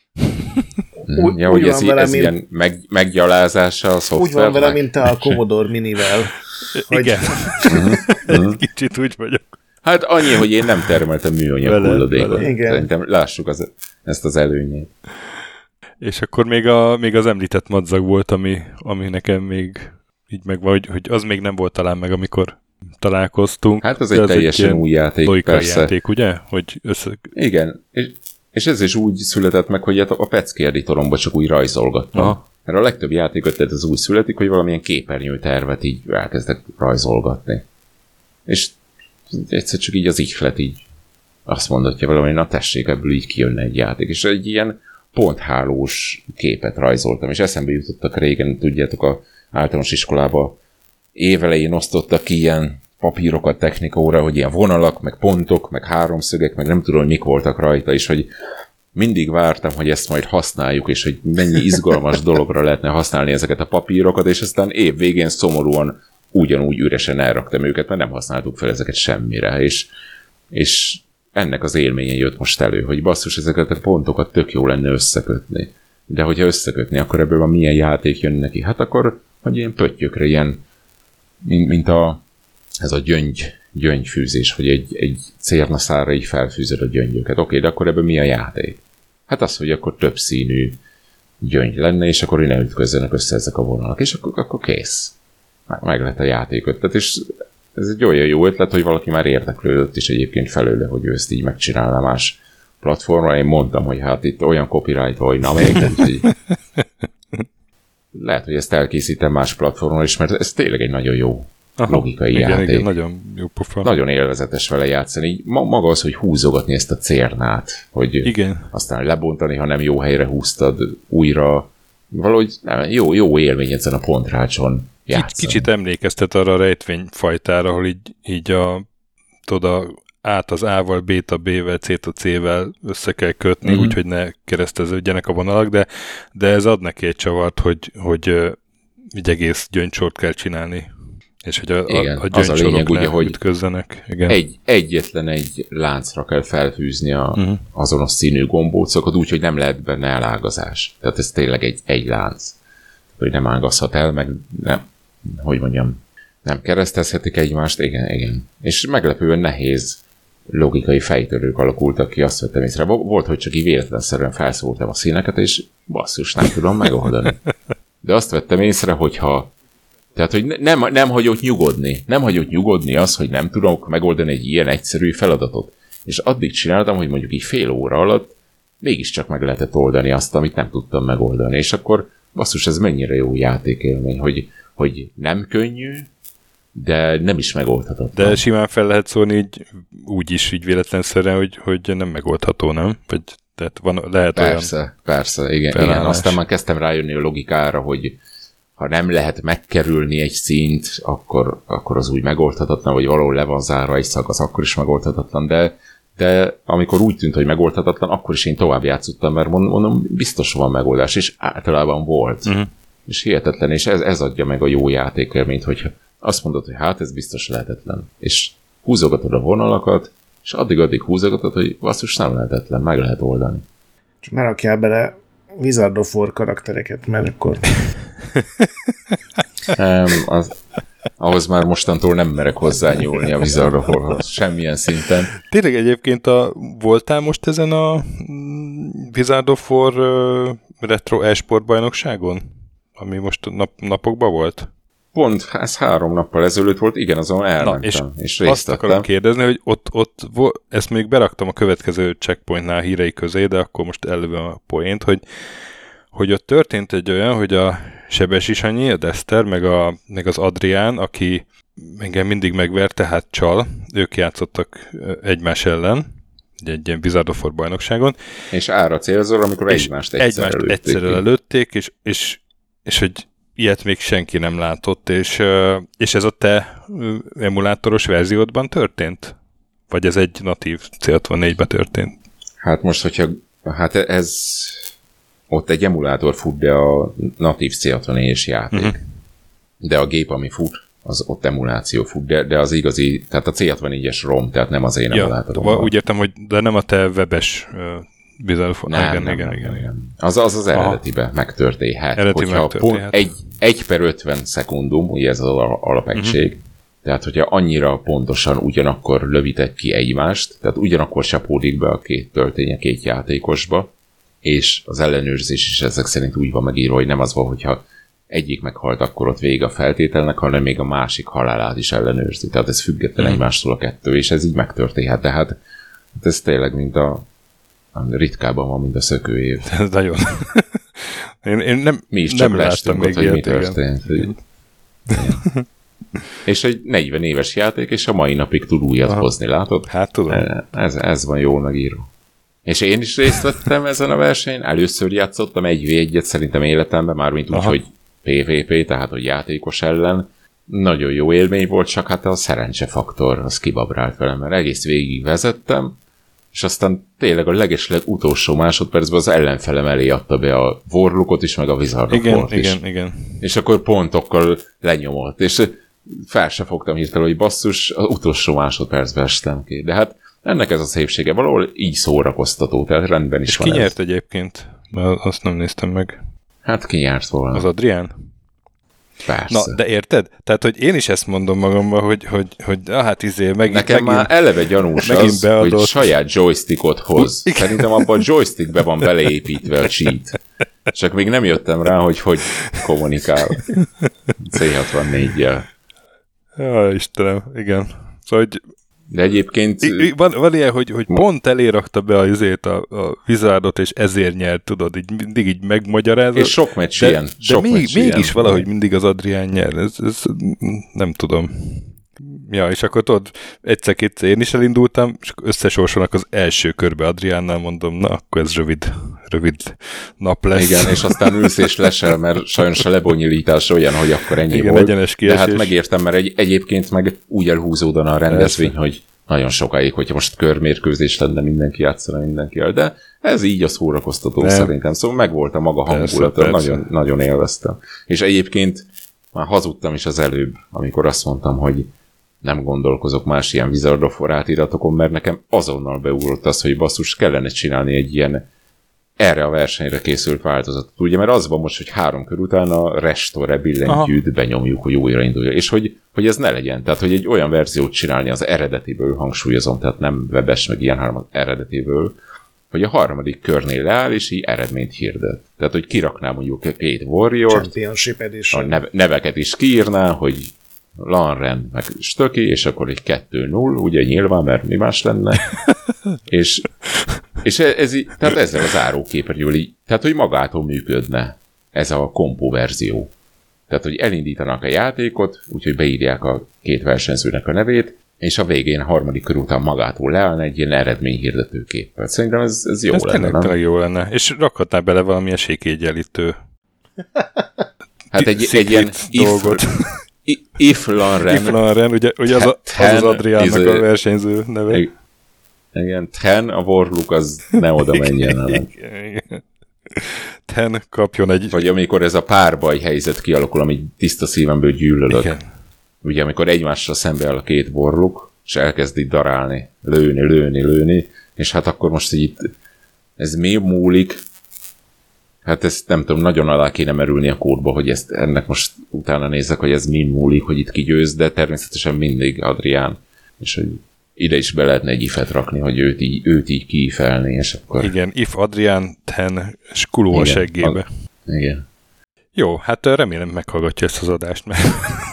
hogy ez ilyen meggyalázása a szoftvernek. Úgy van vele, mint a Commodore Minivel. Igen. Kicsit úgy vagyok. Hát annyi, hogy én nem termeltem műanyag hulladékot. Szerintem lássuk ezt az előnyét. És akkor még az említett madzag volt, ami nekem még így megvan, hogy az még nem volt talán meg, amikor találkoztunk. Hát az egy teljesen új játék, persze. Játék, ugye? Hogy Igen, és ez is úgy született meg, hogy a Pecki editoromban csak úgy rajzolgattam. Aha. Mert a legtöbb játékötlet az úgy születik, hogy valamilyen képernyőtervet így elkezdek rajzolgatni. És egyszer csak így az ihlet így azt mondatja valami, na tessék, ebből így kijönne egy játék. És egy ilyen ponthálós képet rajzoltam, és eszembe jutottak régen, tudjátok, a általános iskolában évelején osztottak ki ilyen papírokat technikóra, hogy ilyen vonalak, meg pontok, meg háromszögek, meg nem tudom, hogy mik voltak rajta, és hogy mindig vártam, hogy ezt majd használjuk, és hogy mennyi izgalmas dologra lehetne használni ezeket a papírokat, és aztán év végén szomorúan ugyanúgy üresen elraktam őket, mert nem használtuk fel ezeket semmire, és ennek az élménye jött most elő, hogy basszus, ezeket a pontokat tök jó lenne összekötni. de hogyha összekötni, akkor ebből van milyen játék jön neki? Hát akkor, hogy ilyen pöttyökre, ilyen, mint ez a gyöngyfűzés, hogy egy cérnaszára így felfűzöd a gyöngyöket. Oké, de akkor ebből mi a játék? Hát az, hogy akkor több színű gyöngy lenne, és akkor ne ütközzenek össze ezek a vonalak, és akkor kész. Meg lett a játékötlet, és ez egy olyan jó ötlet, hogy valaki már érdeklődött is egyébként felőle, hogy ő ezt így megcsinálná más platformra. Én mondtam, hogy hát itt olyan copyright, hogy na még nem, hogy lehet, hogy ezt elkészítem más platformon is, mert ez tényleg egy nagyon jó logikai játék. Igen, nagyon jó pofa. Nagyon élvezetes vele játszani. Így maga az, hogy húzogatni ezt a cérnát, hogy igen. Aztán lebontani, ha nem jó helyre húztad újra. Valahogy jó élmény ezen a pontrácson játszani. Kicsit emlékeztet arra a rejtvényfajtára, ahol így át az A-val, B-t a B-vel, C-t a C-vel össze kell kötni, úgyhogy ne kereszteződjenek a vonalak, de ez ad neki egy csavart, hogy egy egész gyöngysort kell csinálni. És hogy a gyöngysorok ne ütközzenek. Igen. Egyetlen egy láncra kell felfűzni azonos színű gombócokat, úgyhogy nem lehet benne elágazás. Tehát ez tényleg egy lánc. Hogy nem ágazhat el, meg nem, hogy mondjam, nem keresztezhetik egymást, igen. És meglepően nehéz logikai fejtörők alakultak ki, azt vettem észre. Volt, hogy csak így véletlenszerűen felszóltam a színeket, és basszus, nem tudom megoldani. De azt vettem észre, hogyha tehát, hogy nem hagyott nyugodni. Nem hagyott nyugodni az, hogy nem tudok megoldani egy ilyen egyszerű feladatot. És addig csináltam, hogy mondjuk így fél óra alatt mégiscsak meg lehetett oldani azt, amit nem tudtam megoldani. És akkor basszus, ez mennyire jó játékélmény, hogy nem könnyű, de nem is megoldhatatlan. De simán fel lehet szólni így, úgy is így véletlenszerűen, hogy nem megoldható, nem? Vagy tehát lehet persze, igen. Aztán már kezdtem rájönni a logikára, hogy ha nem lehet megkerülni egy színt, akkor az úgy megoldhatatlan, vagy valahol le van zárva egy szag, az akkor is megoldhatatlan, de amikor úgy tűnt, hogy megoldhatatlan, akkor is én tovább játszottam, mert mondom, biztos van megoldás, és általában volt. És hihetetlen, és ez adja meg a jó játékélményt, hogy azt mondod, hogy hát ez biztos lehetetlen. És húzogatod a vonalakat, és addig húzogatod, hogy basszus nem lehetetlen, meg lehet oldani. Csak ne rakjál bele Wizard of War karaktereket, mert akkor... Ahhoz már mostantól nem merek hozzányúlni a Wizard of Warhoz, semmilyen szinten. Tényleg egyébként voltál most ezen a Wizard of War retro e-sport bajnokságon? Ami most napokban volt? Pont, ez 3 nappal ezelőtt volt, igen, azon elmentem, és részt azt akarom kérdezni, hogy ott ezt még beraktam a következő checkpointnál hírei közé, de akkor most előbb a poént, hogy ott történt egy olyan, hogy a Sebesi Sanyi, a Dexter, meg az Adrián, aki engem mindig megvert, tehát csal, ők játszottak egymás ellen, egy ilyen Wizard of War bajnokságon. És arra célzol, amikor egymást egyszerre lelőtték, és hogy ilyet még senki nem látott, és ez a te emulátoros verziódban történt? Vagy ez egy natív C64-ben történt? Hát most, hogyha ez ott egy emulátor fut, de a natív C64-es játék. De a gép, ami fut, az ott emuláció fut, de az igazi, tehát a C64-es ROM, tehát nem az én emulátoromban. Úgy értem, hogy de nem a te webes igen. Az eredetiben megtörténhet. Hogyha pont 1/50 szekundum, ugye ez az alapegység, tehát hogyha annyira pontosan ugyanakkor lövitek ki egymást, tehát ugyanakkor csapódik be a két tölténye két játékosba, és az ellenőrzés is ezek szerint úgy van megírva, hogy nem az van, hogyha egyik meghalt, akkor ott vége a feltételnek, hanem még a másik halálát is ellenőrzi. Tehát ez független egymástól a kettő, és ez így megtörténhet. Tehát ez tényleg mint ritkában van, mint a szökőév. Ez nagyon. Én nem, mi is csak nem láttam még hogy mi történt. És egy 40 éves játék, és a mai napig tud újat hozni, látod? Hát tudom. Ez van jól megírva. És én is részt vettem ezen a versenyen, először játszottam 1v1-et szerintem életemben, mármint úgy, hogy PvP, tehát hogy játékos ellen. Nagyon jó élmény volt, csak hát a szerencsefaktor az kibabrált velem, mert egész végig vezettem, és aztán tényleg a legesleg utolsó másodpercben az ellenfelem elé adta be a Warlockot is, meg a Wizard of War-t is. Igen. És akkor pontokkal lenyomott, és fel se fogtam hirtelen, hogy basszus, az utolsó másodpercben estem ki. De hát ennek ez a szépsége, valahol így szórakoztató, tehát rendben is és van. És ki nyert egyébként? Azt nem néztem meg. Hát ki járt volna? Az Adrián? Persze. Na, de érted? Tehát, hogy én is ezt mondom magamban, hogy hát megint... Nekem már eleve gyanús az, beadott. Hogy saját joystickot hoz. Szerintem abban a joystick be van beleépítve a cheat. Csak még nem jöttem rá, hogy kommunikál C64-jel. Ja, Istenem, igen. Szóval, hogy de egyébként... Van ilyen, hogy pont elérakta be a Wizardot, és ezért nyert, tudod, így mindig így megmagyarázod. És sok meccs ilyen. De mégis valahogy mindig az Adrián nyer. Ez nem tudom. Ja, és akkor tudod, egyszer-kétszer én is elindultam, és összesorsolnak az első körbe Adriánnal, mondom, na, akkor ez rövid nap lesz. Igen, és aztán ülsz és lesel, mert sajnos a lebonyolítás olyan, hogy akkor ennyi igen, volt. Egyenes kiesés. De hát megértem, mert egyébként meg úgy elhúzódana a rendezvény, hogy nagyon sokáig, hogyha most körmérkőzés lenne, mindenki játszana mindenkivel, de ez így a szórakoztató szerintem. Szóval megvolt a maga hangulata, nagyon, nagyon élveztem. És egyébként már hazudtam is az előbb, amikor azt mondtam, hogy nem gondolkozok más ilyen Wizard of War átiratokon, mert nekem azonnal beugrott az, hogy basszus, kellene csinálni egy ilyen erre a versenyre készült változatot. Ugye, mert az van most, hogy 3 kör után a restore billentyűt benyomjuk, hogy újraindulja. És hogy ez ne legyen. Tehát, hogy egy olyan verziót csinálni az eredetiből, hangsúlyozom, tehát nem webes, meg ilyen, hanem az eredetiből, hogy a 3. körnél leáll, és így eredményt hirdet. Tehát, hogy kirakná mondjuk 2 Warrior-t, a neveket is kiírná, hogy Lanren meg Stöki, és akkor egy 2-0, ugye nyilván, mert mi más lenne. és ez így, tehát ezzel az áróképernyővel így, tehát hogy magától működne ez a kompó verzió. Tehát, hogy elindítanak a játékot, úgyhogy beírják a 2 versenyzőnek a nevét, és a végén a 3. kör után magától leállna egy ilyen eredményhirdető képpel. Szerintem ez jó lenne, nem? Jó lenne. És rakhatnál bele valami esélykiegyenlítő hát egy ilyen dolgot. If Lanren, ugye az Adriánnak a versenyző neve. Igen, Ten, a Warlock az ne oda menjen. Ten kapjon egy... Vagy amikor ez a párbaj helyzet kialakul, ami tiszta szívemből gyűlölök. Igen. Ugye amikor egymással szembe áll a 2 Warlock, és elkezd itt darálni, lőni, és hát akkor most így ez mi múlik? Hát ezt nem tudom, nagyon alá kéne merülni a kódba, hogy ezt ennek most utána nézek, hogy ez mi múlik, hogy itt kigyőz, de természetesen mindig Adrián, és hogy ide is be lehetne egy ifet rakni, hogy őt így kiifelni, és akkor... Igen, if Adrián, ten, skuló a seggébe. Igen. Jó, hát remélem meghallgatja ezt az adást, mert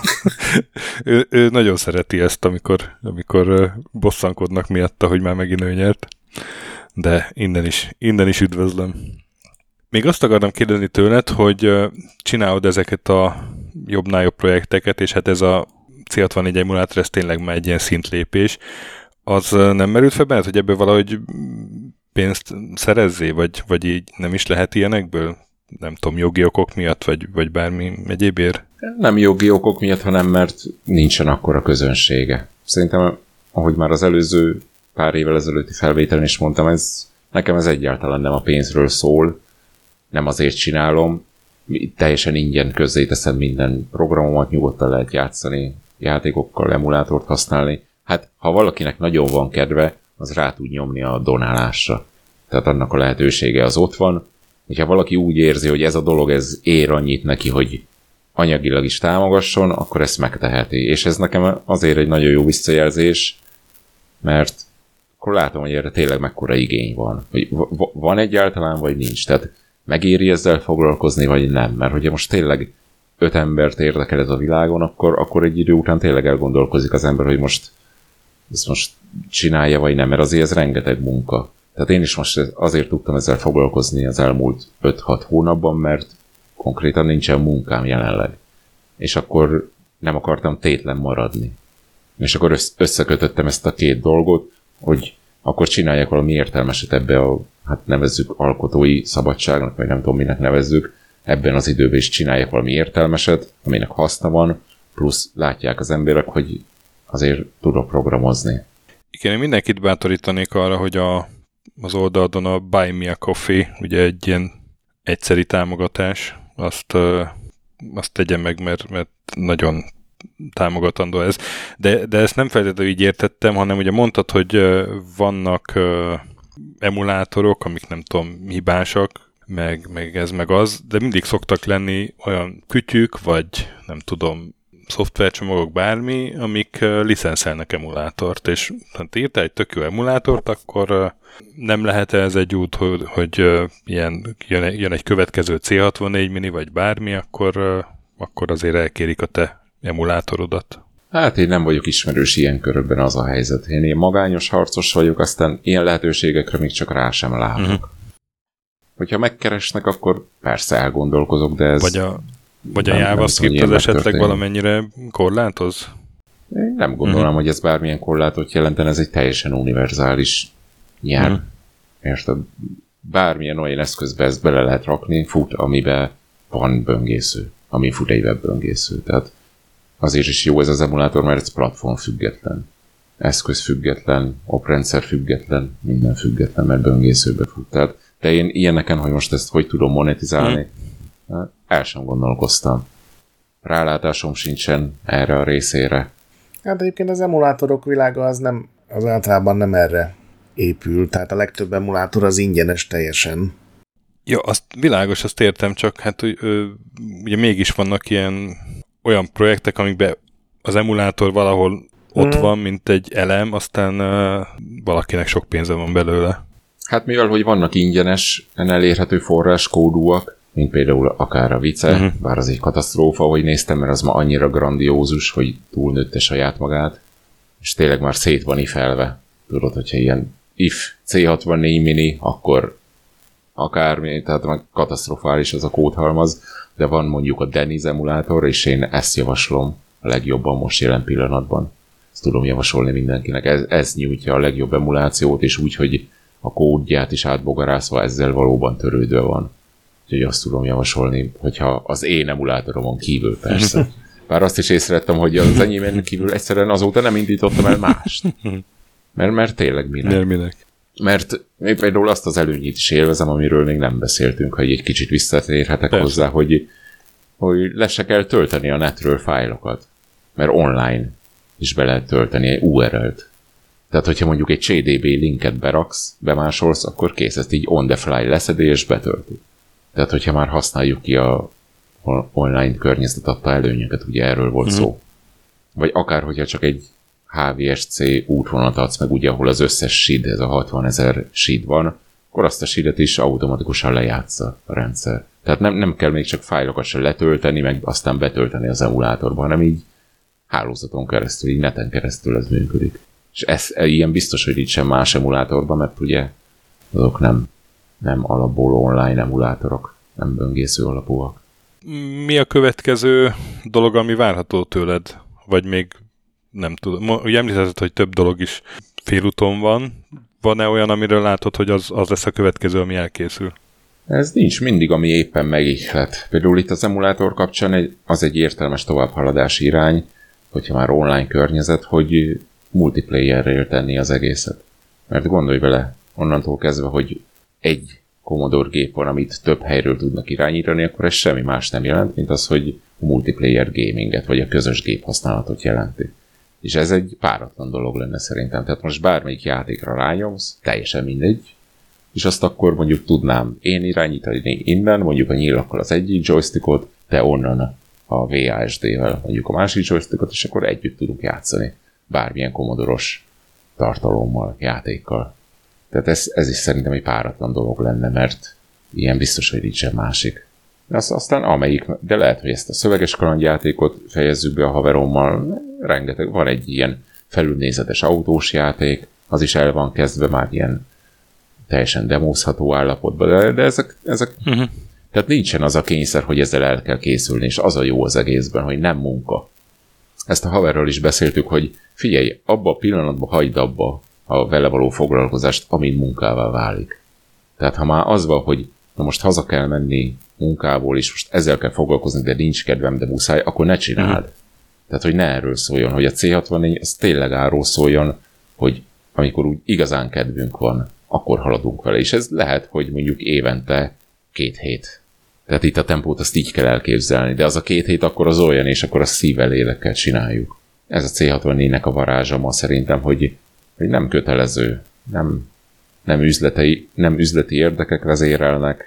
ő nagyon szereti ezt, amikor bosszankodnak miatta, hogy már megint ő nyert. De innen is üdvözlöm. Még azt akartam kérdezni tőled, hogy csinálod ezeket a jobbnál jobb projekteket, és hát ez a C64 emulátor, ez tényleg már egy ilyen szintlépés. Az nem merült fel benned, hogy ebből valahogy pénzt szerezzé, vagy így nem is lehet ilyenekből? Nem tudom, jogi okok miatt, vagy bármi egyébért? Nem jogi okok miatt, hanem mert nincsen akkora közönsége. Szerintem, ahogy már az előző pár évvel ezelőtti felvételen is mondtam, nekem ez egyáltalán nem a pénzről szól, nem azért csinálom, teljesen ingyen közzéteszem minden programomat, nyugodtan lehet játszani, játékokkal, emulátort használni. Hát, ha valakinek nagyon van kedve, az rá tud nyomni a donálásra. Tehát annak a lehetősége az ott van. Hogyha valaki úgy érzi, hogy ez a dolog, ez ér annyit neki, hogy anyagilag is támogasson, akkor ezt megteheti. És ez nekem azért egy nagyon jó visszajelzés, mert akkor látom, hogy erre tényleg mekkora igény van. Hogy van egyáltalán, vagy nincs. Tehát megéri ezzel foglalkozni, vagy nem. Mert hogyha most tényleg 5 embert érdekel ez a világon, akkor egy idő után tényleg elgondolkozik az ember, hogy ezt most csinálja, vagy nem, mert azért ez rengeteg munka. Tehát én is most azért tudtam ezzel foglalkozni az elmúlt 5-6 hónapban, mert konkrétan nincsen munkám jelenleg. És akkor nem akartam tétlen maradni. És akkor összekötöttem ezt a 2 dolgot, hogy akkor csináljak valami értelmeset ebbe a, hát nevezzük alkotói szabadságnak, vagy nem tudom minek nevezzük, ebben az időben is csináljak valami értelmeset, aminek haszna van, plusz látják az emberek, hogy azért tudok programozni. Igen, én mindenkit bátorítanék arra, hogy az oldalon a Buy Me a Coffee, ugye egy ilyen egyszeri támogatás, azt tegye meg, mert nagyon támogatandó ez. De ezt nem feltétlenül így értettem, hanem ugye mondtad, hogy vannak emulátorok, amik nem tudom, hibásak, meg ez, meg az, de mindig szoktak lenni olyan kütyük, vagy nem tudom, szoftvercsomagok, bármi, amik licenszelnek emulátort, és ha írtál egy tök jó emulátort, akkor nem lehet ez egy út, hogy ilyen, jön egy következő C64 mini, vagy bármi, akkor azért elkérik a te emulátorodat. Hát én nem vagyok ismerős ilyen körökben, az a helyzet. Én ilyen magányos harcos vagyok, aztán ilyen lehetőségekre még csak rá sem látok. Hogyha megkeresnek, akkor persze elgondolkozok, de ez... Vagy a JavaScript az esetleg valamennyire korlátoz? Én nem gondolom, hogy ez bármilyen korlátot jelenten, ez egy teljesen univerzális nyelv. Érted? Bármilyen olyan eszközbe ezt bele lehet rakni, fut, amiben van böngésző, ami fut egy webböngésző. Tehát azért is jó ez az emulátor, mert ez platform független, eszköz független, oprendszer független, minden független, mert böngészőbe fut. Tehát, de én ilyeneken, hogy most ezt hogy tudom monetizálni, el sem gondolkoztam. Rálátásom sincsen erre a részére. Hát egyébként az emulátorok világa az általában nem erre épül, tehát a legtöbb emulátor az ingyenes teljesen. Ja, azt világos, azt értem, csak hát ugye mégis vannak olyan projektek, amikben az emulátor valahol ott van, mint egy elem, aztán valakinek sok pénze van belőle. Hát mivel, hogy vannak ingyenesen elérhető forráskódúak, mint például akár a Vice, bár az egy katasztrófa, hogy néztem, mert az ma annyira grandiózus, hogy túlnőtte saját magát, és tényleg már szét van ifelve. Tudod, hogyha ilyen if C64 mini, akkor akármi, tehát katasztrofális az a kódhalmaz, de van mondjuk a Deniz emulátor, és én ezt javaslom a legjobban most jelen pillanatban. Ezt tudom javasolni mindenkinek. Ez nyújtja a legjobb emulációt, és úgy, hogy a kódját is átbogarászva ezzel valóban törődve van. Úgyhogy azt tudom javasolni, hogyha az én emulátoromon kívül persze. Bár azt is észrevettem, hogy az enyémen kívül egyszerűen azóta nem indítottam el mást. Mert tényleg minek? Mert én például azt az előnyét is élvezem, amiről még nem beszéltünk, hogy egy kicsit visszatérhetek hozzá, hogy le se kell tölteni a netről fájlokat. Mert online is be lehet tölteni egy URL-t. Tehát, hogyha mondjuk egy CDB linket beraksz, bemásolsz, akkor kész, ezt így on the fly leszedi és betölti. Tehát, hogyha már használjuk ki a online környezet adta előnyöket, ugye erről volt szó. Vagy akár, hogyha csak egy HVSC útvonalat adsz meg, ugye, ahol az összes SID, ez a 60 000 SID van, akkor azt a SID-et is automatikusan lejátsza a rendszer. Tehát nem kell még csak fájlokat se letölteni, meg aztán betölteni az emulátorba, hanem így hálózaton keresztül, így neten keresztül ez működik. És ez ilyen biztos, hogy itt sem más emulátorban, mert ugye azok nem alapból online emulátorok, nem böngésző alapúak. Mi a következő dolog, ami várható tőled? Vagy még nem tudom. Ugye említetted, hogy több dolog is félúton van. Van-e olyan, amiről látod, hogy az lesz a következő, ami elkészül? Ez nincs mindig, ami éppen megihlet. Például itt az emulátor kapcsán az egy értelmes továbbhaladási irány, hogyha már online környezet, hogy multiplayerrel tenni az egészet. Mert gondolj bele, onnantól kezdve, hogy egy Commodore gép van, amit több helyről tudnak irányítani, akkor ez semmi más nem jelent, mint az, hogy a multiplayer gaminget, vagy a közös gép használatot jelenti. És ez egy páratlan dolog lenne szerintem. Tehát most bármelyik játékra rányomsz, teljesen mindegy, és azt akkor mondjuk tudnám én irányítani innen, mondjuk a nyílakkal az egyik joystickot, de onnan a VASD-vel mondjuk a másik joystickot, és akkor együtt tudunk játszani bármilyen Commodore-os tartalommal, játékkal. Tehát ez is szerintem egy páratlan dolog lenne, mert ilyen biztos, hogy nincsen másik. Aztán amelyik, de lehet, hogy ezt a szöveges kalandjátékot fejezzük be a haverommal, rengeteg, van egy ilyen felülnézetes autós játék, az is el van kezdve már ilyen teljesen demózható állapotban, de ezek tehát nincsen az a kényszer, hogy ezzel el kell készülni, és az a jó az egészben, hogy nem munka. Ezt a haverral is beszéltük, hogy figyelj, abba a pillanatban hagyd abba a vele való foglalkozást, amint munkává válik. Tehát ha már az van, hogy na most haza kell menni munkából, és most ezzel kell foglalkozni, de nincs kedvem, de muszáj, akkor ne csináld. Tehát, hogy ne erről szóljon, hogy a C64 az tényleg arról szóljon, hogy amikor úgy igazán kedvünk van, akkor haladunk vele. És ez lehet, hogy mondjuk évente 2 hét. Tehát itt a tempót azt így kell elképzelni, de az a 2 hét akkor az olyan, és akkor a szívvel lélekkel csináljuk. Ez a C64-nek a varázsa ma szerintem, hogy nem kötelező, nem üzleti érdekek vezérelnek,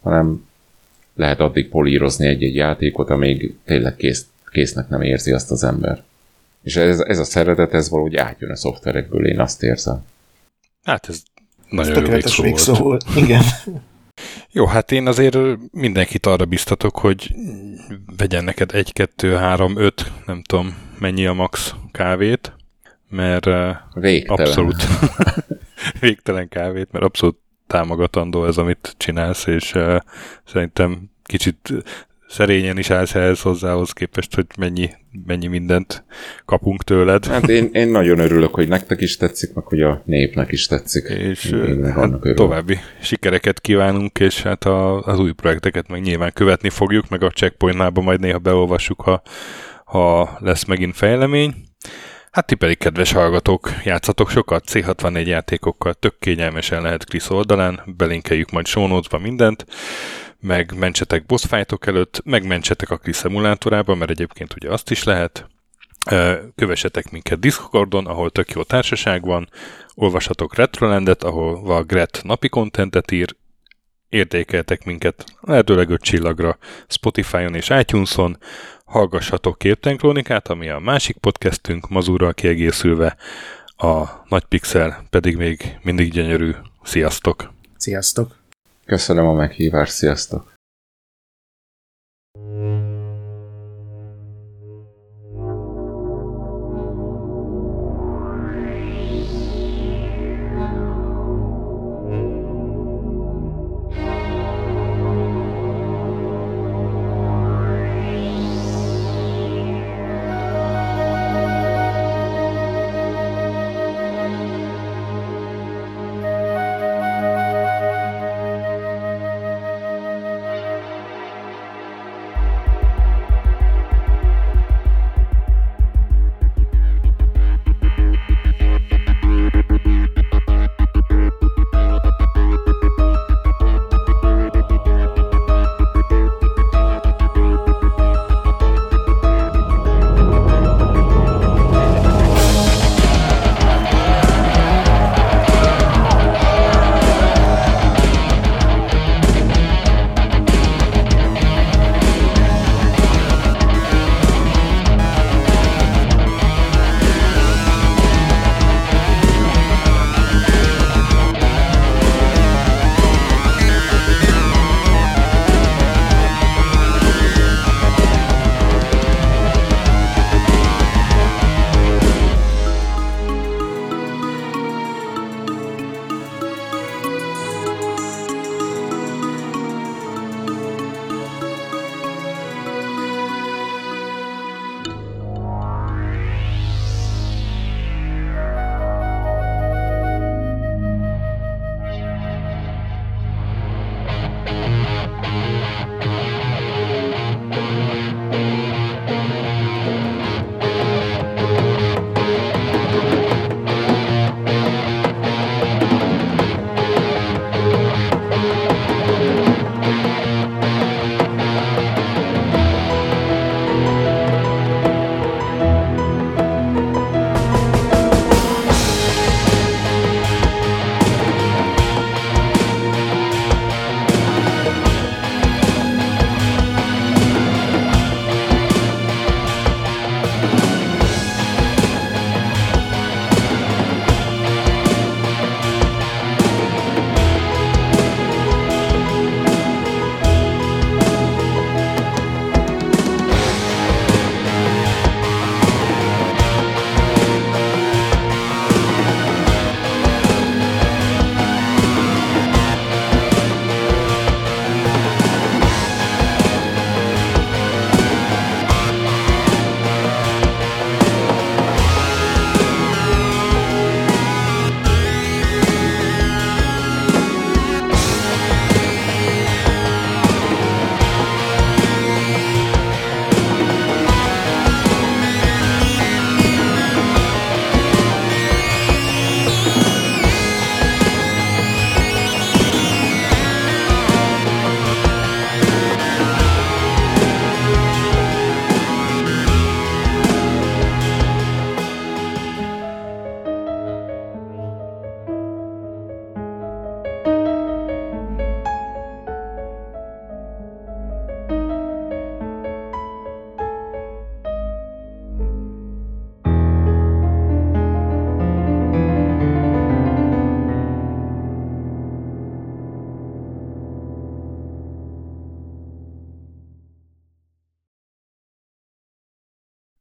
hanem lehet addig polírozni egy-egy játékot, amíg tényleg késznek nem érzi azt az ember. És ez a szeretet, ez valahogy átjön a szoftverekből, én azt érzem. Hát ez nagyon jó végszó volt. Igen. Jó, hát én azért mindenkit arra biztatok, hogy vegyen neked 1, 2, 3, 5, nem tudom mennyi a max kávét, mert végtelen. Abszolút végtelen kávét, mert abszolút támogatandó ez, amit csinálsz, és szerintem kicsit szerényen is állsz ehhez hozzához képest, hogy mennyi mindent kapunk tőled. Hát én nagyon örülök, hogy nektek is tetszik, meg hogy a népnek is tetszik. És hát további sikereket kívánunk, és hát az új projekteket meg nyilván követni fogjuk, meg a Checkpointnában majd néha beolvassuk, ha lesz megint fejlemény. Hát ti pedig, kedves hallgatók, játszatok sokat C64 játékokkal, tök kényelmesen lehet Krisz oldalán, belinkeljük majd show notes-ba mindent, meg mentsetek boss fightok előtt, meg mentsetek a Krisz emulátorában, mert egyébként ugye azt is lehet. Kövessetek minket Discordon, ahol tök jó társaság van, olvashatok Retrolandet, ahol Gret napi kontentet ír, értékeltek minket lehetőleg 5 csillagra Spotify-on és iTunes-on, hallgassatok Képten Krónikát, ami a másik podcastünk, Mazurral kiegészülve, a Nagy Pixel pedig még mindig gyönyörű. Sziasztok! Sziasztok! Köszönöm a meghívást, sziasztok!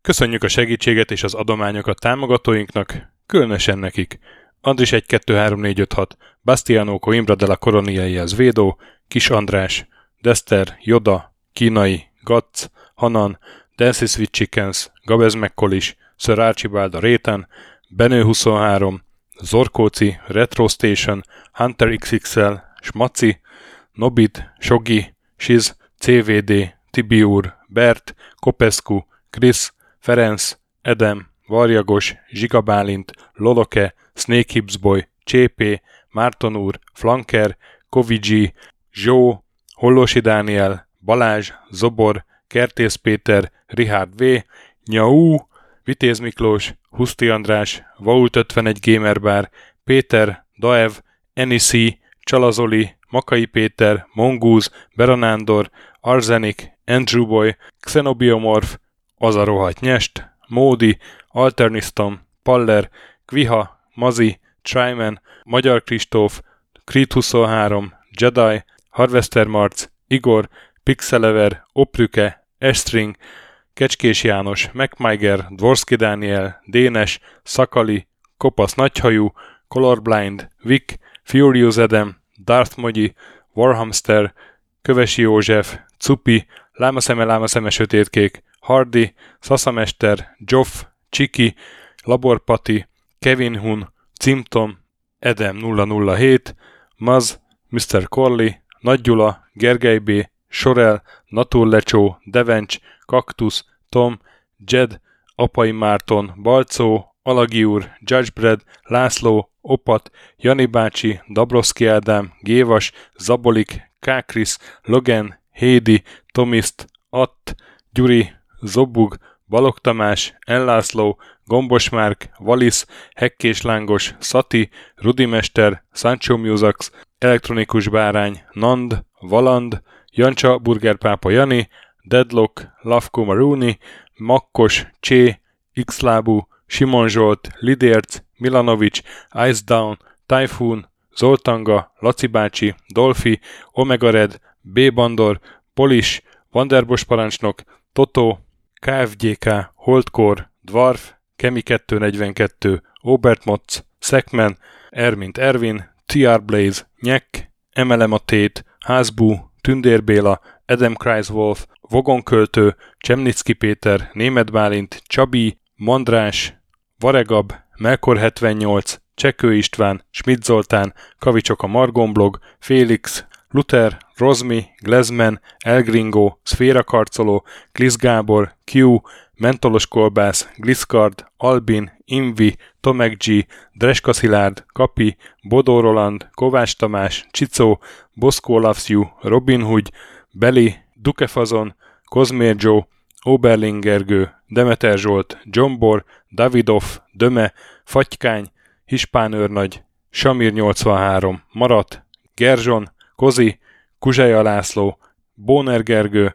Köszönjük a segítséget és az adományokat támogatóinknak, különösen nekik. Andris 1, 2, 3, 4, 5, 6, Bastiano Coimbra de la Coroniai Védó, Kis András, Dester, Joda, Kínai, Gatz, Hanan, Dancy Sweet Chickens, Gabez McCollis, Sir Archibald a Réten, Benő 23, Zorkóci, Retro Station, Hunter XXL, Smaci, Nobit, Sogi, Siz, CVD, Tibiur, Bert, Kopescu, Krisz, Ferenc, Edem, Varjagos, Zsigabálint, Loloke, Snake Hips Boy, Csépé, Márton úr, Flanker, Kovicsi, Zsó, Hollósi Dániel, Balázs, Zobor, Kertész Péter, Richard V, Nyau, Vitéz Miklós, Huszti András, Vault 51 Gamerbar, Péter, Daev, Enisi, Csalazoli, Makai Péter, Mongúz, Beranándor, Arzenik, Andrew Boy, Xenobiomorph, Az a rohadt nyest, Módi, Alternisztom, Paller, Kviha, Mazi, Tryman, Magyar Kristóf, Creed 23, Jedi, Harvester Marc, Igor, Pixelever, Oprüke, Estring, Kecskés János, MacMiger, Dvorski Dániel, Dénes, Szakali, Kopasz Nagyhajú, Colorblind, Vic, Furious Edem, Darth Mogyi, Warhamster, Kövesi József, Cupi, Lámaszeme Sötétkék, Hardy, Szaszamester, Joff, Csiki, Laborpati, Kevin Hun, Cimtom, Edem 007, Maz, Mr. Corley, Nagy Gyula, Gergely B., Sorel, Naturlecsó, Devencs, Kaktusz, Tom, Jed, Apai Márton, Balcó, Alagi úr, Judgebred, László, Opat, Jani bácsi, Dabrowski Ádám, Gévas, Zabolik, Kákris, Logan, Hédi, Tomiszt, Att, Gyuri, Zobug, Balog Tamás, Enlászló, Gombos Márk, Valisz, Hekkés Lángos, Szati, Rudimester, Sancho Musax, Elektronikus Bárány, Nand, Valand, Jancsa, Burgerpápa Jani, Deadlock, Lavko Maruni, Makkos, Csé, Xlábú, Simon Zsolt, Lidérc, Milanovic, Ice Down, Typhoon, Zoltanga, Laci bácsi, Dolfi, Omega Red, B. Bandor, Polis, Vanderbos parancsnok, Toto, KFGK, Holdkor, Dwarf, Kemi 242, Obert Motz, Szekmen, Ermint Ervin, TR Blaze, Nyek, MLM a Tét, Házbú, Tündér Béla, Adam Kreiswolf, Vogonköltő, Csemnicki Péter, Németh Bálint, Csabi, Mandrás, Varegab, Melkor 78, Csekő István, Schmidt Zoltán, Kavicsok a Margonblog, Félix, Luther, Rozmi, Glezman, Elgringo, Szféra Karcoló, Klisz Gábor, Q, Mentolos Kolbász, Gliscard, Albin, Invi, Tomek G, Dreska Szilárd, Kapi, Bodó Roland, Kovács Tamás, Csicó, Boszkó Loves You, Robin Hood, Beli, Dukefazon, Kozmér Joe, Oberling Gergő, Demeter Zsolt, Gyombor, Davidov, Döme, Fatykány, Hispán őrnagy, Samir 83, Marat, Gerzson, Kozi, Kuzseja László, Bóner Gergő,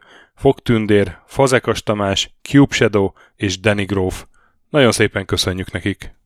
Fogtündér, Fazekas Tamás, Cube Shadow és Danny Gróf. Nagyon szépen köszönjük nekik!